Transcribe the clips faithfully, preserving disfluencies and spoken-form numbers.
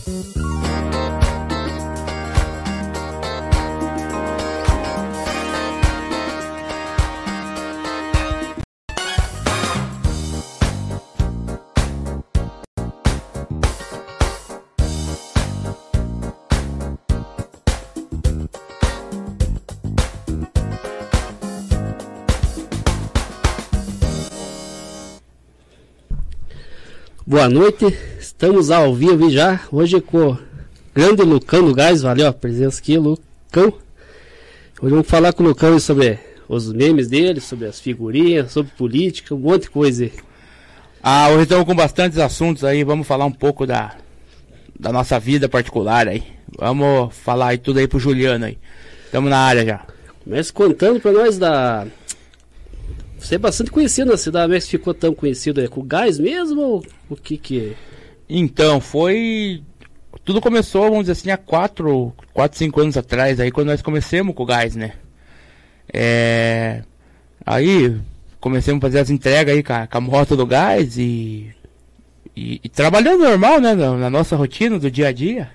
Boa noite, estamos ao vivo já, hoje com o grande Lucão do Gás, valeu a presença aqui, Lucão. Hoje vamos falar com o Lucão sobre os memes dele, sobre as figurinhas, sobre política, um monte de coisa aí. Ah, hoje estamos com bastantes assuntos aí, vamos falar um pouco da, da nossa vida particular aí. Vamos falar aí tudo aí pro Juliano aí, estamos na área já. Comece contando pra nós da... Você é bastante conhecido na cidade, mas ficou tão conhecido, é com o gás mesmo ou o que que é? Então, foi... Tudo começou, vamos dizer assim, há quatro, quatro, cinco anos atrás, aí quando nós começamos com o gás, né? É... Aí, começamos a fazer as entregas aí com a, com a moto do gás e... E, e trabalhando normal, né, na, na nossa rotina do dia a dia.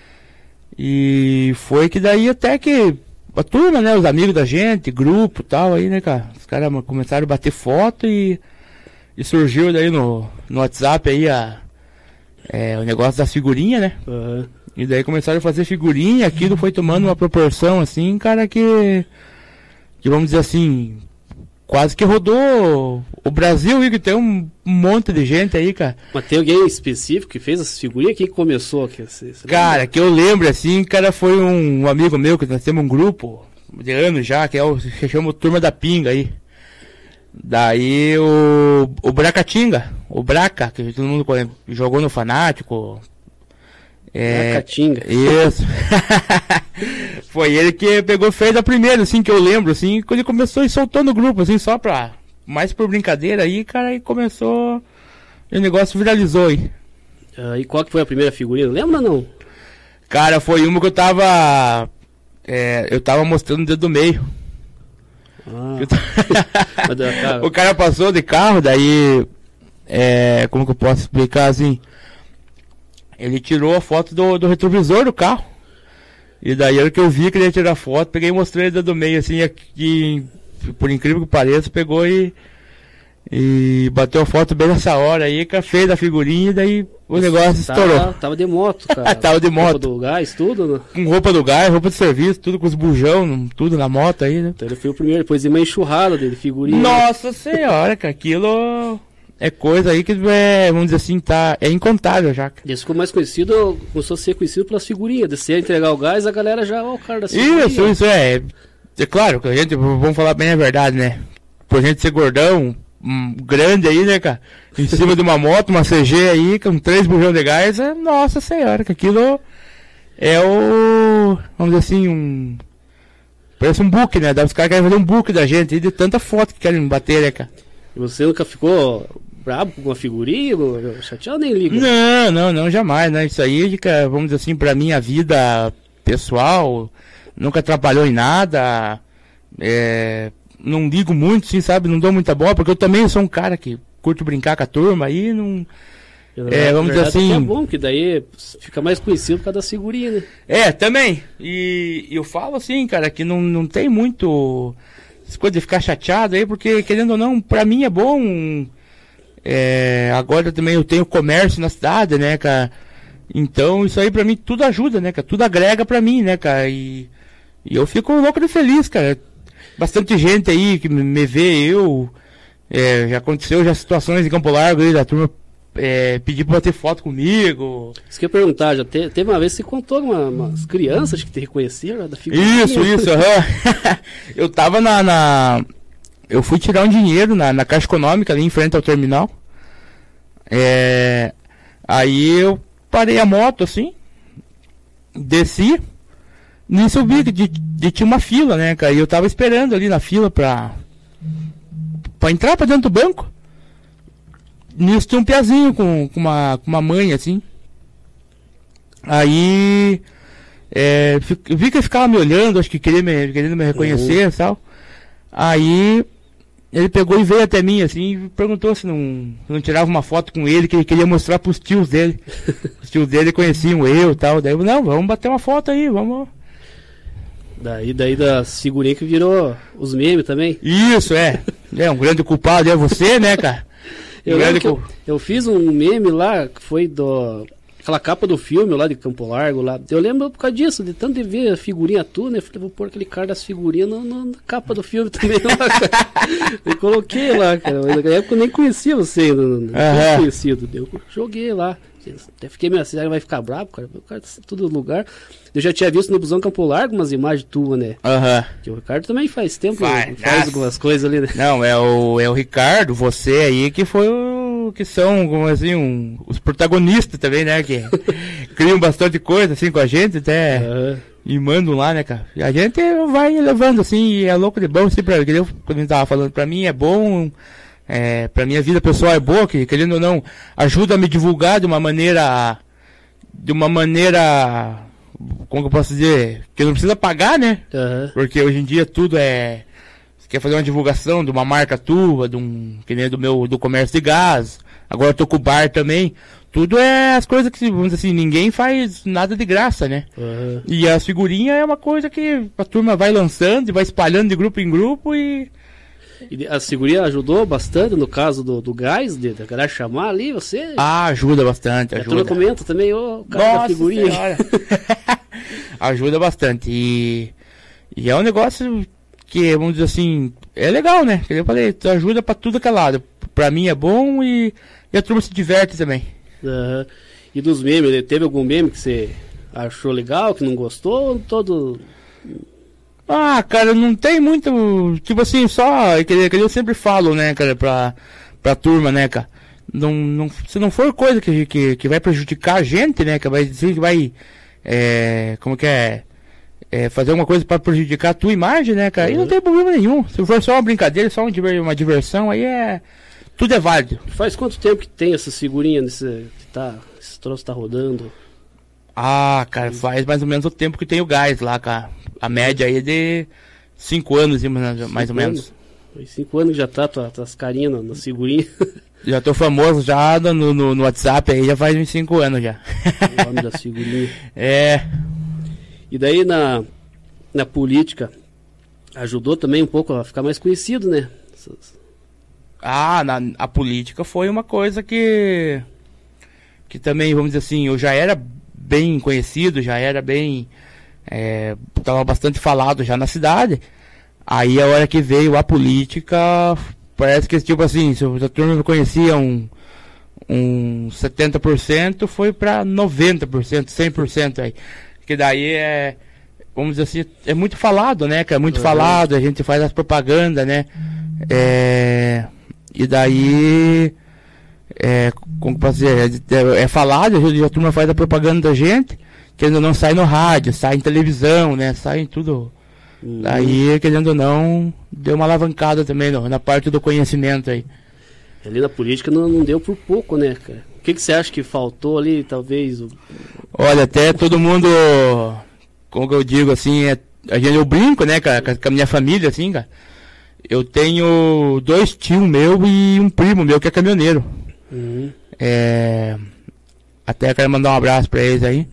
E foi que daí até que... A turma, né, os amigos da gente, grupo e tal, aí, né, cara, os caras começaram a bater foto e, e surgiu daí no, no WhatsApp aí a, é, o negócio das figurinhas, né, uhum. E daí começaram a fazer figurinha, aquilo foi tomando uma proporção, assim, cara, que, que vamos dizer assim, quase que rodou o Brasil aí, que tem um monte de gente aí, cara. Mas tem alguém específico que fez essas figurinhas? Quem começou aqui? Você, você cara, lembra? que eu lembro, assim, cara, foi um, um amigo meu, que nós temos um grupo de anos já, que é o que chama o Turma da Pinga aí. Daí o, o Bracatinga, o Braca, que todo mundo conhece, jogou no Fanático. É, Bracatinga. Isso. Foi ele que pegou, fez a primeira, assim, que eu lembro, assim, quando ele começou e soltou no grupo, assim, só pra... Mais por brincadeira aí, cara, e começou... E o negócio viralizou aí. Ah, e qual que foi a primeira figurinha? Lembra ou não? Cara, foi uma que eu tava... É, eu tava mostrando o dedo do meio. Ah. Eu tava... O cara passou de carro, daí... É, como que eu posso explicar, assim... Ele tirou a foto do, do retrovisor do carro. E daí, a hora que eu vi que ele ia tirar a foto, peguei e mostrei ele do meio, assim, aqui, por incrível que pareça, pegou e, e bateu a foto bem nessa hora aí, que fez a figurinha e daí o negócio tá, estourou. Tava de moto, cara. Tava de moto. Roupa do gás, tudo, né? Com roupa do gás, roupa de serviço, tudo com os bujão, tudo na moto aí, né? Então ele foi o primeiro, depois de uma enxurrada dele, figurinha. Nossa senhora, cara, aquilo... É coisa aí que é, vamos dizer assim, tá, é incontável já. Ele ficou mais conhecido, começou a ser conhecido pelas figurinhas. De você entregar o gás, a galera já, ó, o cara da figurinha. Isso, isso é. É claro que a gente, vamos falar bem a verdade, né? Por gente ser gordão, um, grande aí, né, cara? Em cima de uma moto, uma C G aí, com três bujão de gás, é, nossa senhora, que aquilo é o, vamos dizer assim, um... Parece um book, né? Os caras querem fazer um book da gente aí, de tanta foto que querem bater, né, cara? E você nunca ficou brabo com uma figurinha, chateado, nem liga? Não, não, não, jamais, né? Isso aí, vamos dizer assim, pra minha vida pessoal, nunca atrapalhou em nada, é, não ligo muito, sim, sabe? Não dou muita bola, porque eu também sou um cara que curto brincar com a turma aí, não... É, vamos dizer assim... É bom, que daí fica mais conhecido por causa da figurinha, né? É, também. E eu falo assim, cara, que não, não tem muito... Essa coisa de ficar chateado aí, porque, querendo ou não, pra mim é bom... É, agora também eu tenho comércio na cidade, né, cara? Então isso aí pra mim tudo ajuda, né, cara? Tudo agrega pra mim, né, cara? E, e eu fico louco de feliz, cara. Bastante gente aí que me, me vê, eu... É, já aconteceu já situações em Campo Largo aí, da turma é, pedir pra bater foto comigo. Isso que eu ia perguntar, já te, teve uma vez que você contou uma, umas crianças que te reconheceram da figurinha. Isso, isso, aham. Uhum. Eu tava na... na... Eu fui tirar um dinheiro na, na Caixa Econômica, ali em frente ao terminal. É, aí eu parei a moto, assim, desci. Nisso eu vi que de, de, tinha uma fila, né, cara? E eu tava esperando ali na fila pra, pra entrar pra dentro do banco. Nisso tinha um piazinho com, com, uma, com uma mãe, assim. Aí... É, vi que ele ficava me olhando, acho que queria me, querendo me reconhecer e tal. Aí... ele pegou e veio até mim, assim, e perguntou se não, se não tirava uma foto com ele, que ele queria mostrar pros tios dele. Os tios dele conheciam eu e tal. Daí eu, não, vamos bater uma foto aí, vamos. Daí, daí das figurinhas que virou os memes também. Isso, é. É, um grande culpado é você, né, cara? Eu, Um grande lembro que cu- eu, eu fiz um meme lá, que foi do... Aquela capa do filme lá de Campo Largo lá. Eu lembro por causa disso, de tanto de ver a figurinha tua, né? Eu falei, vou pôr aquele cara das figurinhas no, no- na capa do filme também lá, cara. Eu coloquei lá, cara. Mas naquela época eu nem conhecia você ainda. Não não Aham. tinha conhecido. Eu joguei lá. Até fiquei meio assim, vai ficar bravo, cara. O cara tá em todo lugar. Eu já tinha visto no Busão Campo Largo umas imagens tuas, né? Aham. Que o Ricardo também faz tempo, Faz, faz nossa. algumas coisas ali, né? Não, é o, é o Ricardo, você aí, que foi o. Que são, como assim, um, os protagonistas também, né? Que criam bastante coisa, assim, com a gente, até. Aham. E mandam lá, né, cara? E a gente vai levando, assim, e é louco de bom, assim, pra, que eu, quando a gente tava falando, pra mim é bom, é, pra minha vida pessoal é boa, que querendo ou não, ajuda a me divulgar de uma maneira, de uma maneira, como que eu posso dizer, que não precisa pagar, né? Aham. Porque hoje em dia tudo é, você quer fazer uma divulgação de uma marca tua, de um, que nem do meu, do comércio de gás, agora eu tô com o bar também. Tudo é as coisas que, vamos dizer assim, ninguém faz nada de graça, né? Aham. E as figurinhas é uma coisa que a turma vai lançando e vai espalhando de grupo em grupo e... E a segurança ajudou bastante no caso do, do gás, de da galera chamar ali, você? Ah, ajuda bastante, a turma ajuda. comenta também, ô, o cara da Nossa figurinha. Senhora. Ajuda bastante. E, e é um negócio que, vamos dizer assim, é legal, né? Que eu falei, tu ajuda pra tudo que é lado. Pra mim é bom e, e a turma se diverte também. Aham. E dos memes, né? Teve algum meme que você achou legal, que não gostou? Ou todo. Ah, cara, não tem muito, tipo assim, só, é que, que eu sempre falo, né, cara, pra, pra turma, né, cara, não, não, se não for coisa que, que, que vai prejudicar a gente, né, que vai dizer que vai, é, como que é, é, fazer alguma coisa pra prejudicar a tua imagem, né, cara, aí não tem problema nenhum, se for só uma brincadeira, só um diver- uma diversão, aí é, tudo é válido. Faz quanto tempo que tem essas figurinhas nesse. Que tá. Esse troço tá rodando? Ah, cara, faz mais ou menos o tempo que tem o gás lá, cara, a média aí é de cinco anos, mais ou Cinco menos. anos? Faz cinco anos que já tá tua- tuas carinhas na, na figurinha. Já tô famoso já no, no, no WhatsApp aí, já faz uns cinco anos já. O nome das figurinhas. É, E daí na, na política ajudou também um pouco a ficar mais conhecido, né? Essas- ah, na, a política foi uma coisa que, que também, vamos dizer assim, eu já era bem conhecido, já era bem, é, tava bastante falado já na cidade. Aí a hora que veio a política, parece que tipo assim, se a turma me conhecia um, um setenta por cento, foi pra noventa por cento, cem por cento aí. Que daí é, vamos dizer assim, é muito falado, né, cara? É muito Uhum. falado, a gente faz as propagandas, né? É, e daí, é, como que posso dizer, é, é falado, a turma faz a propaganda da gente, que ainda não sai no rádio, sai em televisão, né? Sai em tudo. Hum. Daí, querendo ou não, deu uma alavancada também no, na parte do conhecimento aí. Ali na política não, não deu por pouco, né, cara? O que, que você acha que faltou ali, talvez? o- Olha, até todo mundo, como que eu digo assim, é, a gente, eu brinco, né, cara, com a minha família, assim, cara. Eu tenho dois tios meus e um primo meu que é caminhoneiro. Uhum. É, até quero mandar um abraço pra eles aí.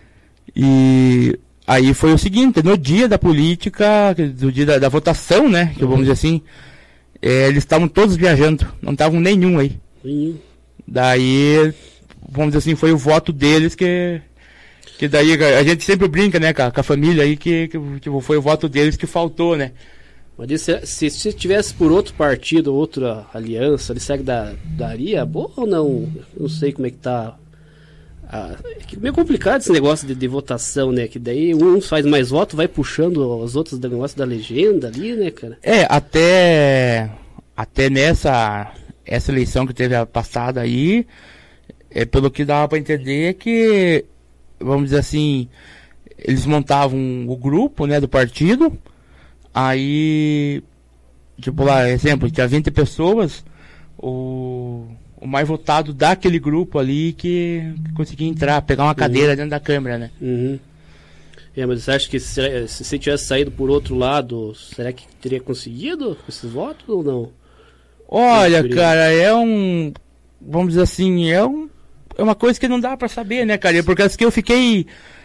E aí foi o seguinte, no dia da política, do dia da, da votação, né, que vamos dizer assim, é, eles estavam todos viajando, não estavam nenhum aí. Uhum. Daí, vamos dizer assim, foi o voto deles que... Que daí a gente sempre brinca, né, com a, com a família aí, que, que tipo, foi o voto deles que faltou, né. Mas se, se, se tivesse por outro partido, outra aliança, ele segue da, daria boa ou não? Não sei como é que tá. Ah, é que meio complicado esse negócio de, de votação, né? Que daí um faz mais voto, vai puxando os outros do negócio da legenda ali, né, cara? É, até, até nessa essa eleição que teve a passada aí, é, pelo que dava pra entender é que, vamos dizer assim, eles montavam o grupo, né, do partido, aí, tipo lá, exemplo, tinha vinte pessoas, o, o mais votado daquele grupo ali que, que conseguia entrar, pegar uma cadeira dentro da Câmara, né. Uhum. É, mas você acha que se, se você tivesse saído por outro lado, será que teria conseguido esses votos ou não? Olha, cara, é um... Vamos dizer assim, é, um, é uma coisa que não dá pra saber, né, cara? Porque assim que eu fiquei...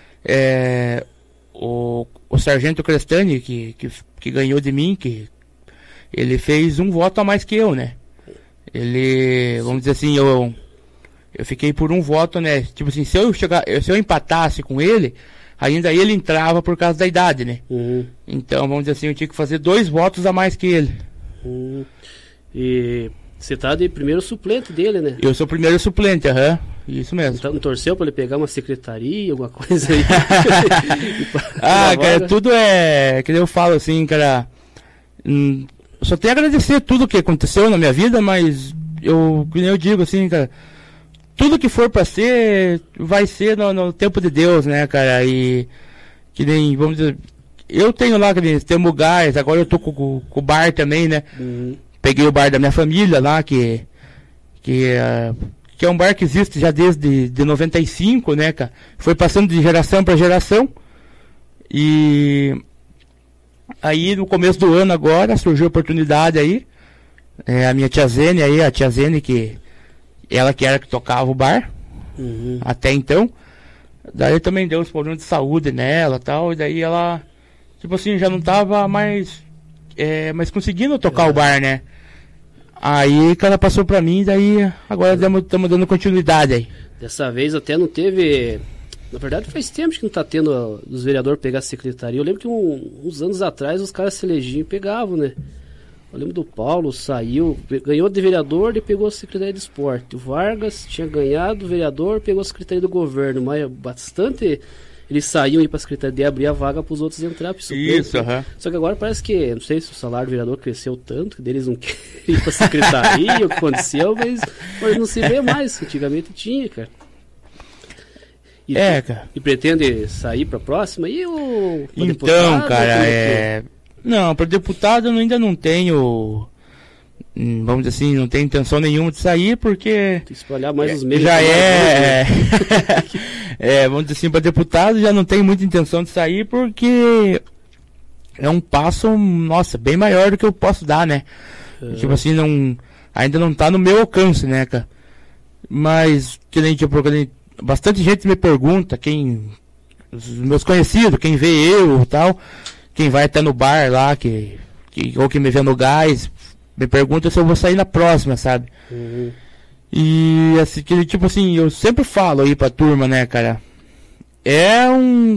É, o, o Sargento Crestani, que, que, que ganhou de mim, que ele fez um voto a mais que eu, né? Ele, vamos dizer assim, eu, eu fiquei por um voto, né? Tipo assim, se eu, chegar, se eu empatasse com ele, ainda ele entrava por causa da idade, né? Uhum. Então, vamos dizer assim, eu tinha que fazer dois votos a mais que ele. Uhum. E você tá de primeiro suplente dele, né? Eu sou o primeiro suplente, aham. Uhum. Isso mesmo. Então, não torceu pra ele pegar uma secretaria, alguma coisa aí? Ah, cara, tudo é... Que eu falo assim, cara... Hum, só tenho a agradecer tudo que aconteceu na minha vida, mas eu, como eu digo assim, cara... Tudo que for pra ser, vai ser no, no tempo de Deus, né, cara? E... Que nem, vamos dizer... Eu tenho lá, que nem, temos o gás, agora eu tô com, com, com o bar também, né? Uhum. Peguei o bar da minha família lá, que... Que, uh, que é um bar que existe já desde de noventa e cinco, né, cara? Foi passando de geração para geração. E... Aí, no começo do ano agora, surgiu a oportunidade aí. É, a minha tia Zene aí, a tia Zene, que... Ela que era que tocava o bar. Uhum. Até então. Daí também deu uns problemas de saúde nela e tal. E daí ela... Tipo assim, já não tava mais... É, mais conseguindo tocar é. o bar, né? Aí que ela passou pra mim, daí agora estamos dando continuidade aí. Dessa vez até não teve... Na verdade faz tempo que não tá tendo uh, os vereadores pegar a secretaria. Eu lembro que um, uns anos atrás os caras se elegiam e pegavam, né? Eu lembro do Paulo, saiu, ganhou de vereador e pegou a secretaria de esporte. O Vargas tinha ganhado, o vereador pegou a secretaria do governo, mas bastante... Eles saíam aí pra secretaria, abrir a vaga pros outros entrar. Isso, aham. Uhum. Só que agora parece que, não sei se o salário do vereador cresceu tanto, que deles não querem ir pra secretaria, o que aconteceu, mas, mas não se vê mais. Antigamente tinha, cara. E, é, cara. E pretende sair pra próxima aí ou... Então, deputado, cara, é... Não, pra deputado eu ainda não tenho... Vamos dizer assim, não tenho intenção nenhuma de sair, porque... Tem que espalhar mais os meios. Já é... é, vamos dizer assim, para deputado já não tenho muita intenção de sair, porque é um passo, nossa, bem maior do que eu posso dar, né? Uhum. Tipo assim, não, ainda não tá no meu alcance, né, cara? Mas, que nem, tipo, que nem, bastante gente me pergunta, quem... Os meus conhecidos, quem vê eu e tal, quem vai até no bar lá, que, que, ou que me vê no gás... Me pergunta se eu vou sair na próxima, sabe? Uhum. E assim, que, tipo assim, eu sempre falo aí pra turma, né, cara? É um...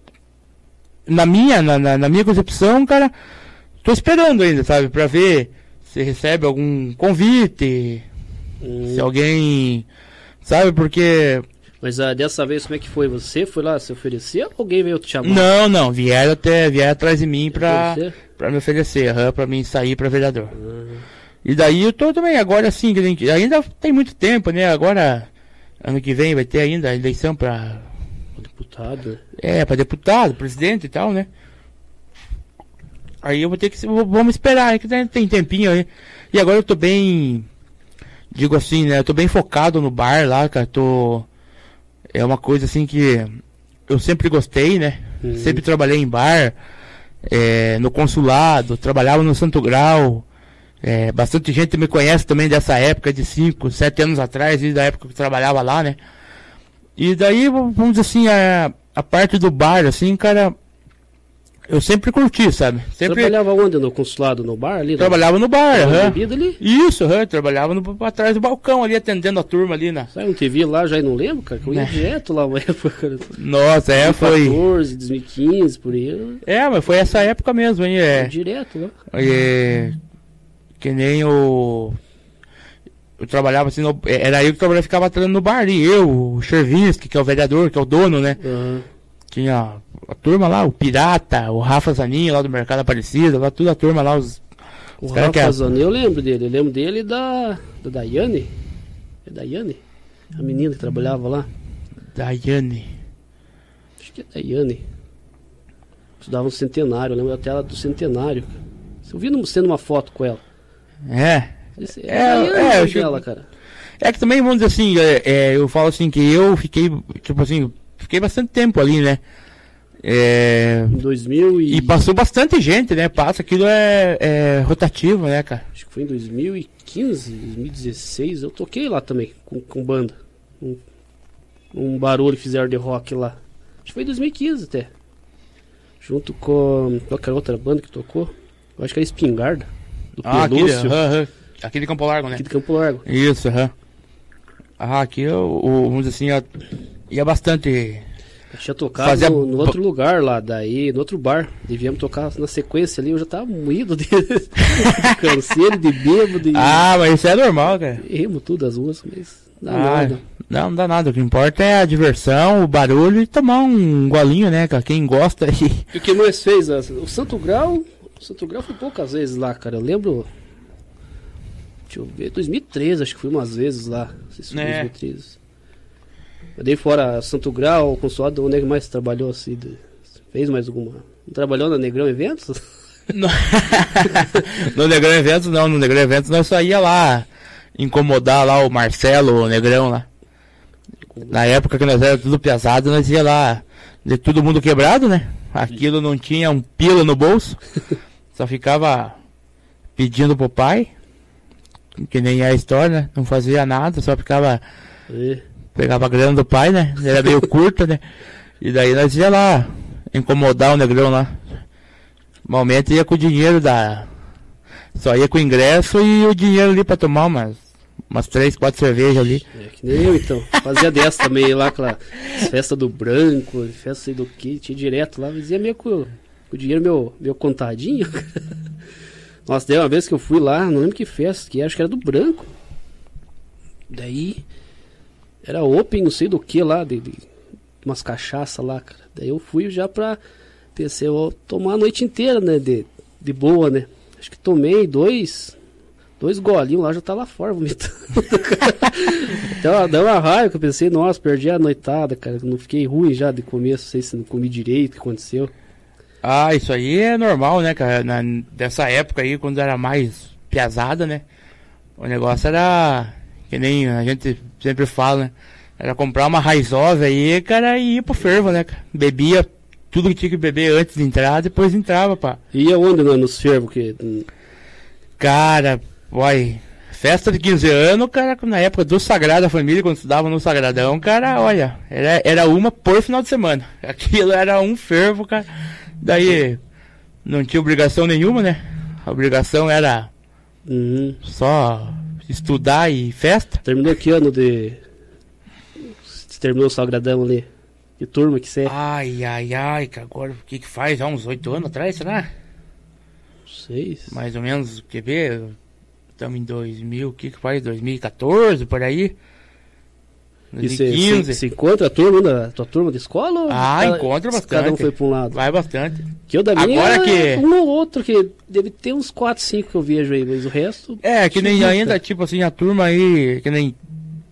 Na minha, na, na, na minha concepção, cara, tô esperando ainda, sabe? Pra ver se recebe algum convite, uhum. Se alguém... Sabe, porque... Mas uh, dessa vez, como é que foi? Você foi lá se oferecer ou alguém veio te chamar? Não, não, vieram até, vieram atrás de mim pra... Pra me oferecer, uhum, pra mim sair pra vereador. Uhum. E daí eu tô também, agora sim, ainda tem muito tempo, né? Agora, ano que vem vai ter ainda a eleição pra... Deputado. É, pra deputado, presidente e tal, né? Aí eu vou ter que... Vamos esperar, que tem tempinho aí. E agora eu tô bem... Digo assim, né? Eu tô bem focado no bar lá, cara. Tô... É uma coisa assim que... Eu sempre gostei, né? Uhum. Sempre trabalhei em bar... É, no consulado, trabalhava no Santo Grau, é, bastante gente me conhece também dessa época de cinco, sete anos atrás, da época que eu trabalhava lá, né? E daí, vamos dizer assim, a, a parte do bar, assim, cara, eu sempre curti, sabe? Sempre... Trabalhava onde? No consulado, no bar ali? Trabalhava no bar, aham. Uhum. Ali? Isso, aham, uhum, trabalhava no, atrás do balcão ali, atendendo a turma ali, né? Sabe, não te vi lá, já e não lembro, cara, que eu ia é. direto lá uma época, cara. Nossa, é, foi... dois mil e quatorze, dois mil e quinze, por aí. É, mas foi essa época mesmo, hein, é... Foi direto, né? É... Que nem o... Eu trabalhava assim, no... era eu que trabalhava, ficava trabalhando no bar ali, eu, o Chervinsky, que é o vereador, que é o dono, né? Uhum. Tinha a turma lá, o Pirata, o Rafa Zaninho lá do Mercado Aparecida, lá toda a turma lá, os... O os Rafa que... Zaninho, eu lembro dele, eu lembro dele da... da Daiane. É Daiane? A menina que trabalhava lá. Daiane. Acho que é Daiane. Estudava no Centenário, eu lembro até ela do Centenário. Eu vi sendo uma foto com ela. É. Esse, é, é, é, eu dela, cara. É que também, vamos dizer assim, é, é, eu falo assim que eu fiquei, tipo assim, fiquei bastante tempo ali, né? É... Em dois mil e... e passou bastante gente, né? Passa, aquilo é, é rotativo, né, cara? Acho que foi em dois mil e quinze, dois mil e dezesseis, eu toquei lá também, com, com banda. Um, um barulho que fizeram de rock lá. Acho que foi em dois mil e quinze até. Junto com qualquer outra banda que tocou. Eu acho que era Espingarda, do Ah, aquele, Pelúcio. uh, uh, aquele Campo Largo, né? Aqui de Campo Largo. Isso, aham. Uh. Ah, aqui, eu, eu, vamos dizer assim, ia, ia bastante... Eu tinha tocado Fazia... no, no outro lugar lá, daí, no outro bar. Devíamos tocar na sequência ali, eu já tava moído de, de canseiro, de bêbado. De... Ah, mas isso é normal, cara. Erramos tudo as ruas, mas não dá ah, nada. Não, não dá nada. O que importa é a diversão, o barulho e tomar um golinho, né, cara? Quem gosta aí. E o que mais fez? O Santo Grau, o Santo Grau foi poucas vezes lá, cara. Eu lembro. Deixa eu ver, dois mil e treze, acho que fui umas vezes lá. Não sei se foi É. dois mil e treze. Eu dei fora Santo Grau, o consulado, onde é que mais trabalhou assim? De... Fez mais alguma? Não trabalhou na Negrão Eventos? No, no Negrão Eventos não, no Negrão Eventos nós só ia lá incomodar lá o Marcelo, o Negrão lá. Na época que nós era tudo pesado, nós ia lá de todo mundo quebrado, né? Aquilo não tinha um pila no bolso. Só ficava pedindo pro pai, que nem é a história, né? Não fazia nada, só ficava... É. Pegava a grana do pai, né? Era meio curta, né? E daí nós ia lá incomodar o Negrão lá. Normalmente ia com o dinheiro da... Só ia com o ingresso e o dinheiro ali pra tomar umas, umas três, quatro cervejas ali. É, que nem eu então. Fazia dessa também lá, aquela festa do branco, festa sei do que, tinha direto lá, mas ia meio com, com o dinheiro meu, meu contadinho. Nossa, daí uma vez que eu fui lá, não lembro que festa, que acho que era do branco. Daí era open, não sei do que lá, de, de umas cachaças lá, cara. Daí eu fui já pra, pensei, eu vou tomar a noite inteira, né, de, de boa, né. Acho que tomei dois, dois golinhos lá, já tá lá fora vomitando. Então deu uma raiva que eu pensei, nossa, perdi a noitada, cara. Não fiquei ruim já de começo, não sei se não comi direito, o que aconteceu. Ah, isso aí é normal, né, cara? Na, dessa época aí, quando era mais pesada, né? O negócio era, que nem a gente sempre fala, né? Era comprar uma raizova aí, cara, e ir pro fervo, né, cara? Bebia tudo que tinha que beber antes de entrar, depois entrava, pá. E aonde, né, nos fervos? Que... Cara, olha, festa de quinze anos, cara, na época do Sagrado da Família, quando estudava no Sagradão, cara, olha, era, era uma por final de semana. Aquilo era um fervo, cara. Daí, não tinha obrigação nenhuma, né? A obrigação era Uhum. só estudar e festa. Terminou que ano de... Você terminou o Sagradão ali? Que turma que você é? Ai, ai, ai, que agora, o que que faz? Já uns oito anos atrás, será? Seis. Mais ou menos, quer ver? Estamos em dois mil, o que que faz? dois mil e quatorze, por aí? E dois mil e quinze. você encontra a turma da tua turma de escola? Ou Ah, cada- encontra bastante. Cada um foi pra um lado. Vai bastante. Que eu da minha Agora é que- um ou outro, que deve ter uns quatro, cinco que eu vejo aí, mas o resto... É, que nem Sim, ainda, cara. tipo assim, a turma aí, que nem...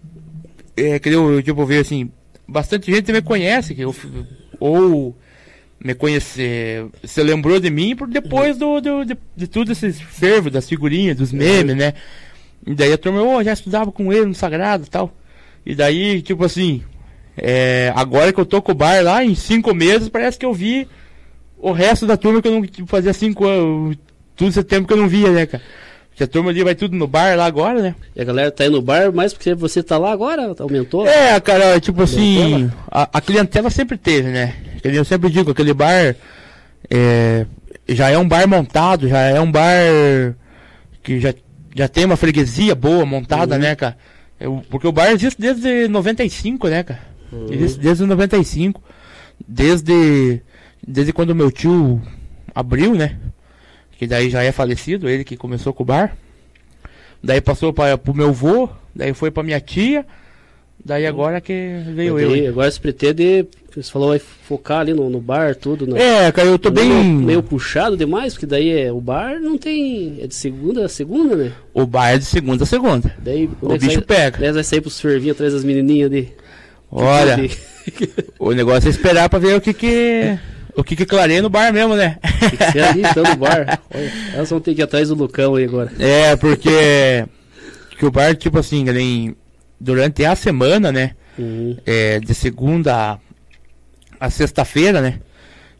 É, que eu, tipo, ver assim, bastante gente me conhece, que eu, ou me conhece, você lembrou de mim por depois do, do, de, de tudo esses fervos, das figurinhas, dos memes, né? E daí a turma, oh, já estudava com ele no Sagrado e tal. E daí, tipo assim, é, agora que eu tô com o bar lá, em cinco meses, parece que eu vi o resto da turma que eu não, tipo, fazia cinco anos, tudo esse tempo que eu não via, né, cara? Porque a turma ali vai tudo no bar lá agora, né? E a galera tá aí no bar, mas porque você tá lá agora, aumentou? É, cara, tipo assim, Clientela? a, a clientela sempre teve, né? Que nem eu sempre digo, aquele bar é, já é um bar montado, já é um bar que já, já tem uma freguesia boa montada, Uhum. né, cara? Eu- porque o bar existe desde noventa e cinco, né, cara? Uhum. Existe desde noventa e cinco. Desde, desde quando meu tio abriu, né? Que daí já é falecido, ele que começou com o bar. Daí passou para pro meu avô, daí foi pra minha tia. Daí agora que veio Mas eu. daí, hein? agora você pretende, você falou, vai focar ali no, no bar, tudo, né? É, cara, eu tô bem. Meio, meio puxado demais, porque daí é, o bar não tem, é de segunda a segunda, né? O bar é de segunda a segunda. Daí O bicho sai, pega. Daí vai sair pros fervinhos atrás das menininhas ali. Olha, De- o negócio é esperar pra ver o que que. O que que clareia no bar mesmo, né? Tem que ser ali então no bar. Olha, elas vão ter que ir atrás do Lucão aí agora. É, porque. Que o bar, tipo assim, ele, durante a semana, né? Uhum. É, de segunda a, a sexta-feira, né?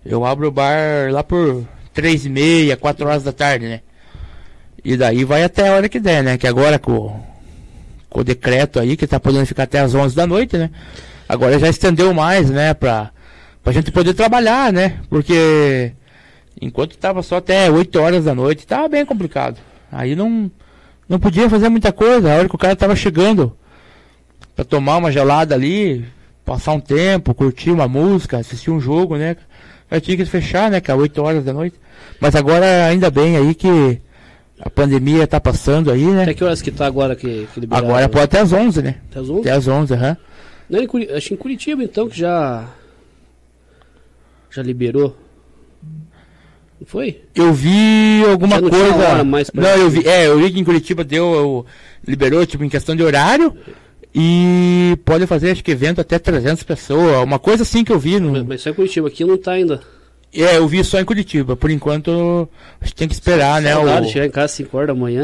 Eu abro o bar lá por três e meia, quatro horas da tarde, né? E daí vai até a hora que der, né? Que agora com, com o decreto aí, que tá podendo ficar até as onze da noite, né? Agora já estendeu mais, né? Pra, pra gente poder trabalhar, né? Porque enquanto tava só até oito horas da noite, tava bem complicado. Aí não, não podia fazer muita coisa. A hora que o cara tava chegando pra tomar uma gelada ali, passar um tempo, curtir uma música, assistir um jogo, né? Eu tinha que fechar, né? Que é oito horas da noite. Mas agora, ainda bem aí que a pandemia tá passando aí, né? Até que horas que tá agora que, que liberaram? Agora pode até às onze, né? Até às onze? Até às onze, aham. Uhum. Não, em Curi... Acho que em Curitiba, então, que já... Já liberou. Não foi? Eu vi alguma não coisa... Hora mais pra não, eu vi... É, eu vi que em Curitiba deu... Eu... Liberou, tipo, em questão de horário... E pode fazer, acho que evento até trezentas pessoas, uma coisa assim que eu vi. No... Mas, mas só em Curitiba, aqui não tá ainda. É, eu vi só em Curitiba. Por enquanto, a gente tem que esperar, né? Saudade, o... chegar em casa às cinco horas da manhã.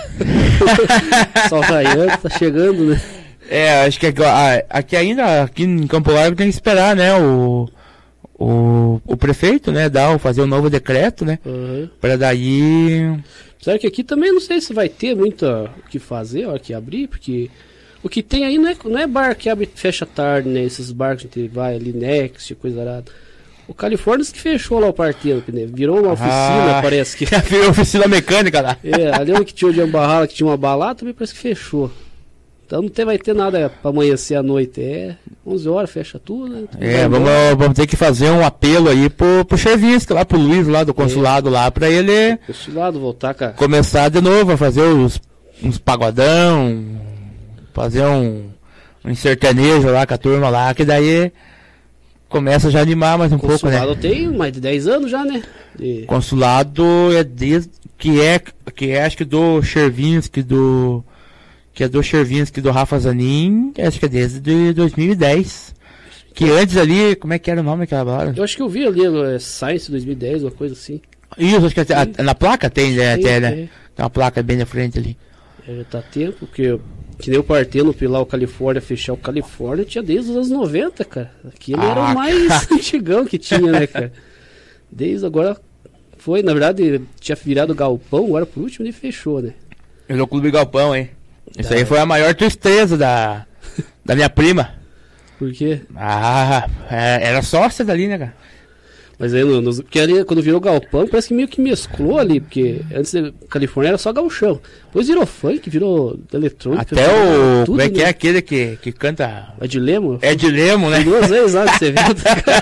Sol raiando, tá chegando, né? É, acho que aqui, aqui ainda, aqui em Campo Largo, tem que esperar, né? O, o, o prefeito, né? Dar, fazer um novo decreto, né? Uhum. Para daí... Será que aqui também não sei se vai ter muito o que fazer, a hora que abrir, porque... O que tem aí não é, não é bar que abre fecha tarde, né? Esses barcos que a gente vai ali, Next, coisa arada. O Califórnia que fechou lá o parqueiro, né? Virou uma oficina, ah, parece que. Virou oficina mecânica lá. É, ali onde que tinha o de Ambarrala, que tinha uma balada, também parece que fechou. Então não tem, vai ter nada pra amanhecer à noite. É onze horas, fecha tudo. Né? Tudo é, vamos, vamos ter que fazer um apelo aí pro, pro Chervinsky, lá pro Luiz, lá do consulado, é. lá, pra ele. Consulado, voltar, cara. Começar de novo a fazer os, uns pagodão. Fazer um, um sertanejo lá com a turma lá, que daí começa já a animar mais um pouco, né? Consulado tem mais de dez anos já, né? De... Consulado é desde que é, que é acho que do Chervinsky, do que é do Chervinsky, do Rafa Zanin, acho que é desde dois mil e dez. Que antes ali, como é que era o nome daquela balada? Eu acho que eu vi ali, é Science dois mil e dez, uma coisa assim. Isso, acho que a, a, na placa tem, né, Sim, até, né? é. Tem uma placa bem na frente ali. É, já tá tempo, porque que nem o Parteno pilar o Califórnia, fechar o Califórnia, tinha desde os anos noventa, cara. Aquele ah, era o mais cara. antigão que tinha, né, cara? Desde agora foi, na verdade, tinha virado galpão, agora por último ele fechou, né? Virou Clube Galpão, hein? Isso tá. Aí foi a maior tristeza da, da minha prima. Por quê? Ah, era sócia dali, né, cara? Mas aí, no, no, porque ali, quando virou galpão, parece que meio que mesclou ali, porque antes da Califórnia era só gauchão. Depois virou funk, virou eletrônico. Até o... Tudo, como é que né? é aquele que, que canta... Ed Lemo? Ed Lemo, né? Tem duas vezes lá nesse evento.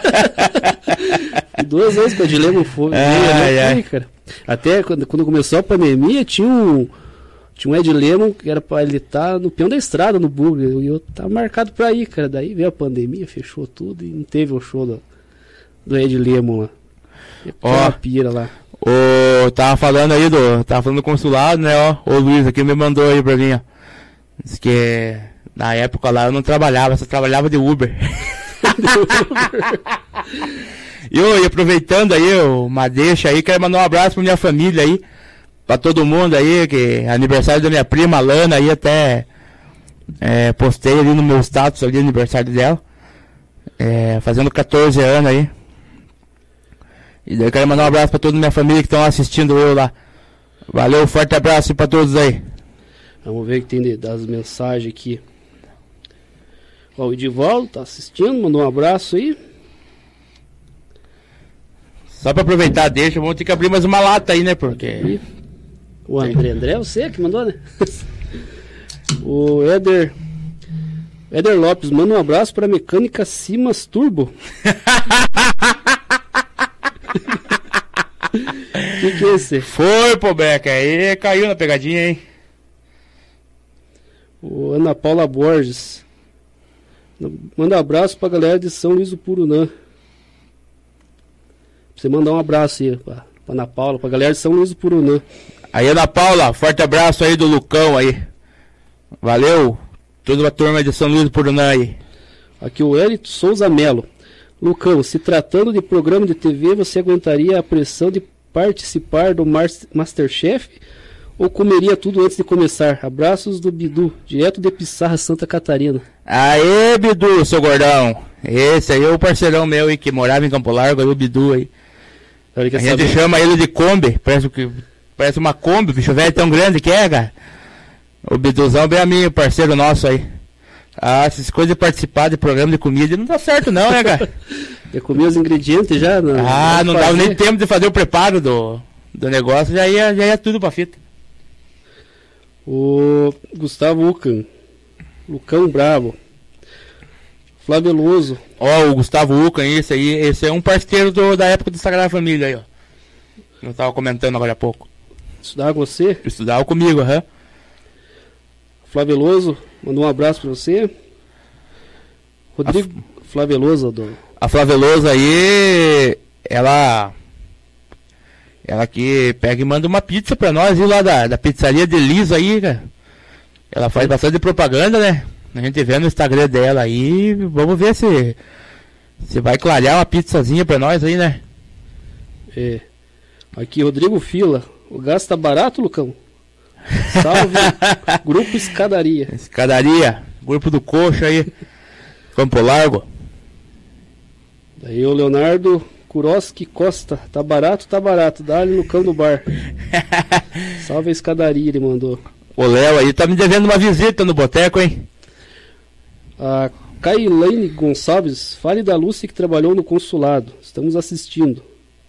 duas vezes que o Ed Lemo foi. Ah, veio, é. foi, cara. Até quando, quando começou a pandemia, tinha um... Tinha um Ed Lemo que era pra ele estar no peão da estrada, no bugre. E eu tava marcado pra ir, cara. Daí veio a pandemia, fechou tudo e não teve o show do... Do Ed Lemo lá. Ó, pira lá. O, tava falando aí do. Tava falando do consulado, né? Ó, o Luiz aqui me mandou aí pra mim, ó. Diz que na época lá eu não trabalhava, só trabalhava de Uber. E eu, e aproveitando aí, uma deixa aí, quero mandar um abraço pra minha família aí. Pra todo mundo aí, que é aniversário da minha prima Lana aí, até é, postei ali no meu status ali, aniversário dela. É, fazendo catorze anos aí. E daí eu quero mandar um abraço pra toda a minha família que estão assistindo eu lá. Valeu, forte abraço pra todos aí. Vamos ver o que tem de, das mensagens aqui. Ó, o Edivaldo tá assistindo, mandou um abraço aí. Só pra aproveitar, deixa, vamos ter que abrir mais uma lata aí, né? Porque... O André, André, você que mandou, né? O Éder... Éder Lopes, manda um abraço pra Mecânica Simas Turbo. Que que é esse? Foi, pô, Beca, aí caiu na pegadinha, hein? O Ana Paula Borges. Manda um abraço pra galera de São Luís do Purunã. Você mandar um abraço aí pra, pra Ana Paula, pra galera de São Luís do Purunã. Aí, Ana Paula, forte abraço aí do Lucão aí. Valeu. Toda a turma de São Luís do Purunã aí. Aqui o Hélito Souza Melo. Lucão, se tratando de programa de T V, você aguentaria a pressão de participar do Masterchef ou comeria tudo antes de começar? Abraços do Bidu, direto de Pissarra, Santa Catarina. Aê, Bidu, seu gordão. Esse aí é o parceirão meu aí, que morava em Campo Largo, aí o Bidu aí. A gente saber. Chama ele de Kombi, parece, que, parece uma Kombi, o bicho velho tão grande que é, cara. O Biduzão bem amigo, parceiro nosso aí. Ah, essas coisas de participar de programa de comida não dá certo não, né, cara? Já comi os ingredientes já? Não, ah, não, não dava nem tempo de fazer o preparo do, do negócio, já ia, já ia tudo pra fita. O Gustavo Ucan, Lucão Bravo, Flávio Veloso. Ó, oh, o Gustavo Ucan, esse aí, esse é um parceiro do, da época do Sagrada Família aí, ó. Eu tava comentando agora há pouco. Estudava com você? Estudava comigo, aham. Uhum. Flávio Veloso, mandou um abraço pra você. Rodrigo a Flávio Veloso. Do... A Flávia Veloso aí, ela... Ela que pega e manda uma pizza pra nós, viu, lá da, da pizzaria de Liso aí, cara. Ela faz bastante propaganda, né? A gente vê no Instagram dela aí, vamos ver se... Se vai clarear uma pizzazinha pra nós aí, né? É. Aqui, Rodrigo Fila. O gás tá barato, Lucão? Salve, Grupo Escadaria. Escadaria, Grupo do Coxa aí, Campo Largo. Daí o Leonardo Kuroski Costa. Tá barato, tá barato. Dá-lhe no cão do bar. Salve a Escadaria, ele mandou. O Léo aí tá me devendo uma visita no boteco, hein? A Kailane Gonçalves. Fale da Lúcia que trabalhou no consulado. Estamos assistindo.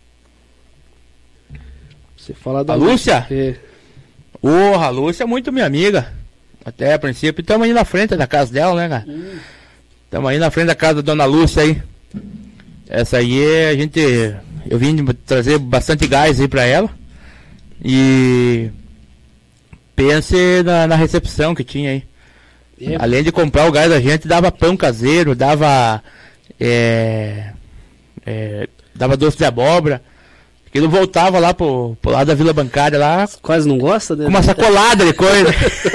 Você fala da a Lúcia? É. Porra, a Lúcia é muito minha amiga. Até a princípio, estamos aí na frente da casa dela, né, cara? Estamos hum. aí na frente da casa da dona Lúcia aí. Essa aí a gente... Eu vim trazer bastante gás aí pra ela. E... Pense na, na recepção que tinha aí. É. Além de comprar o gás, a gente dava pão caseiro, dava... É, é, dava doce de abóbora. Que não voltava lá pro, pro lado da Vila Bancária lá. Quase não gosta dele? Com uma sacolada de coisa.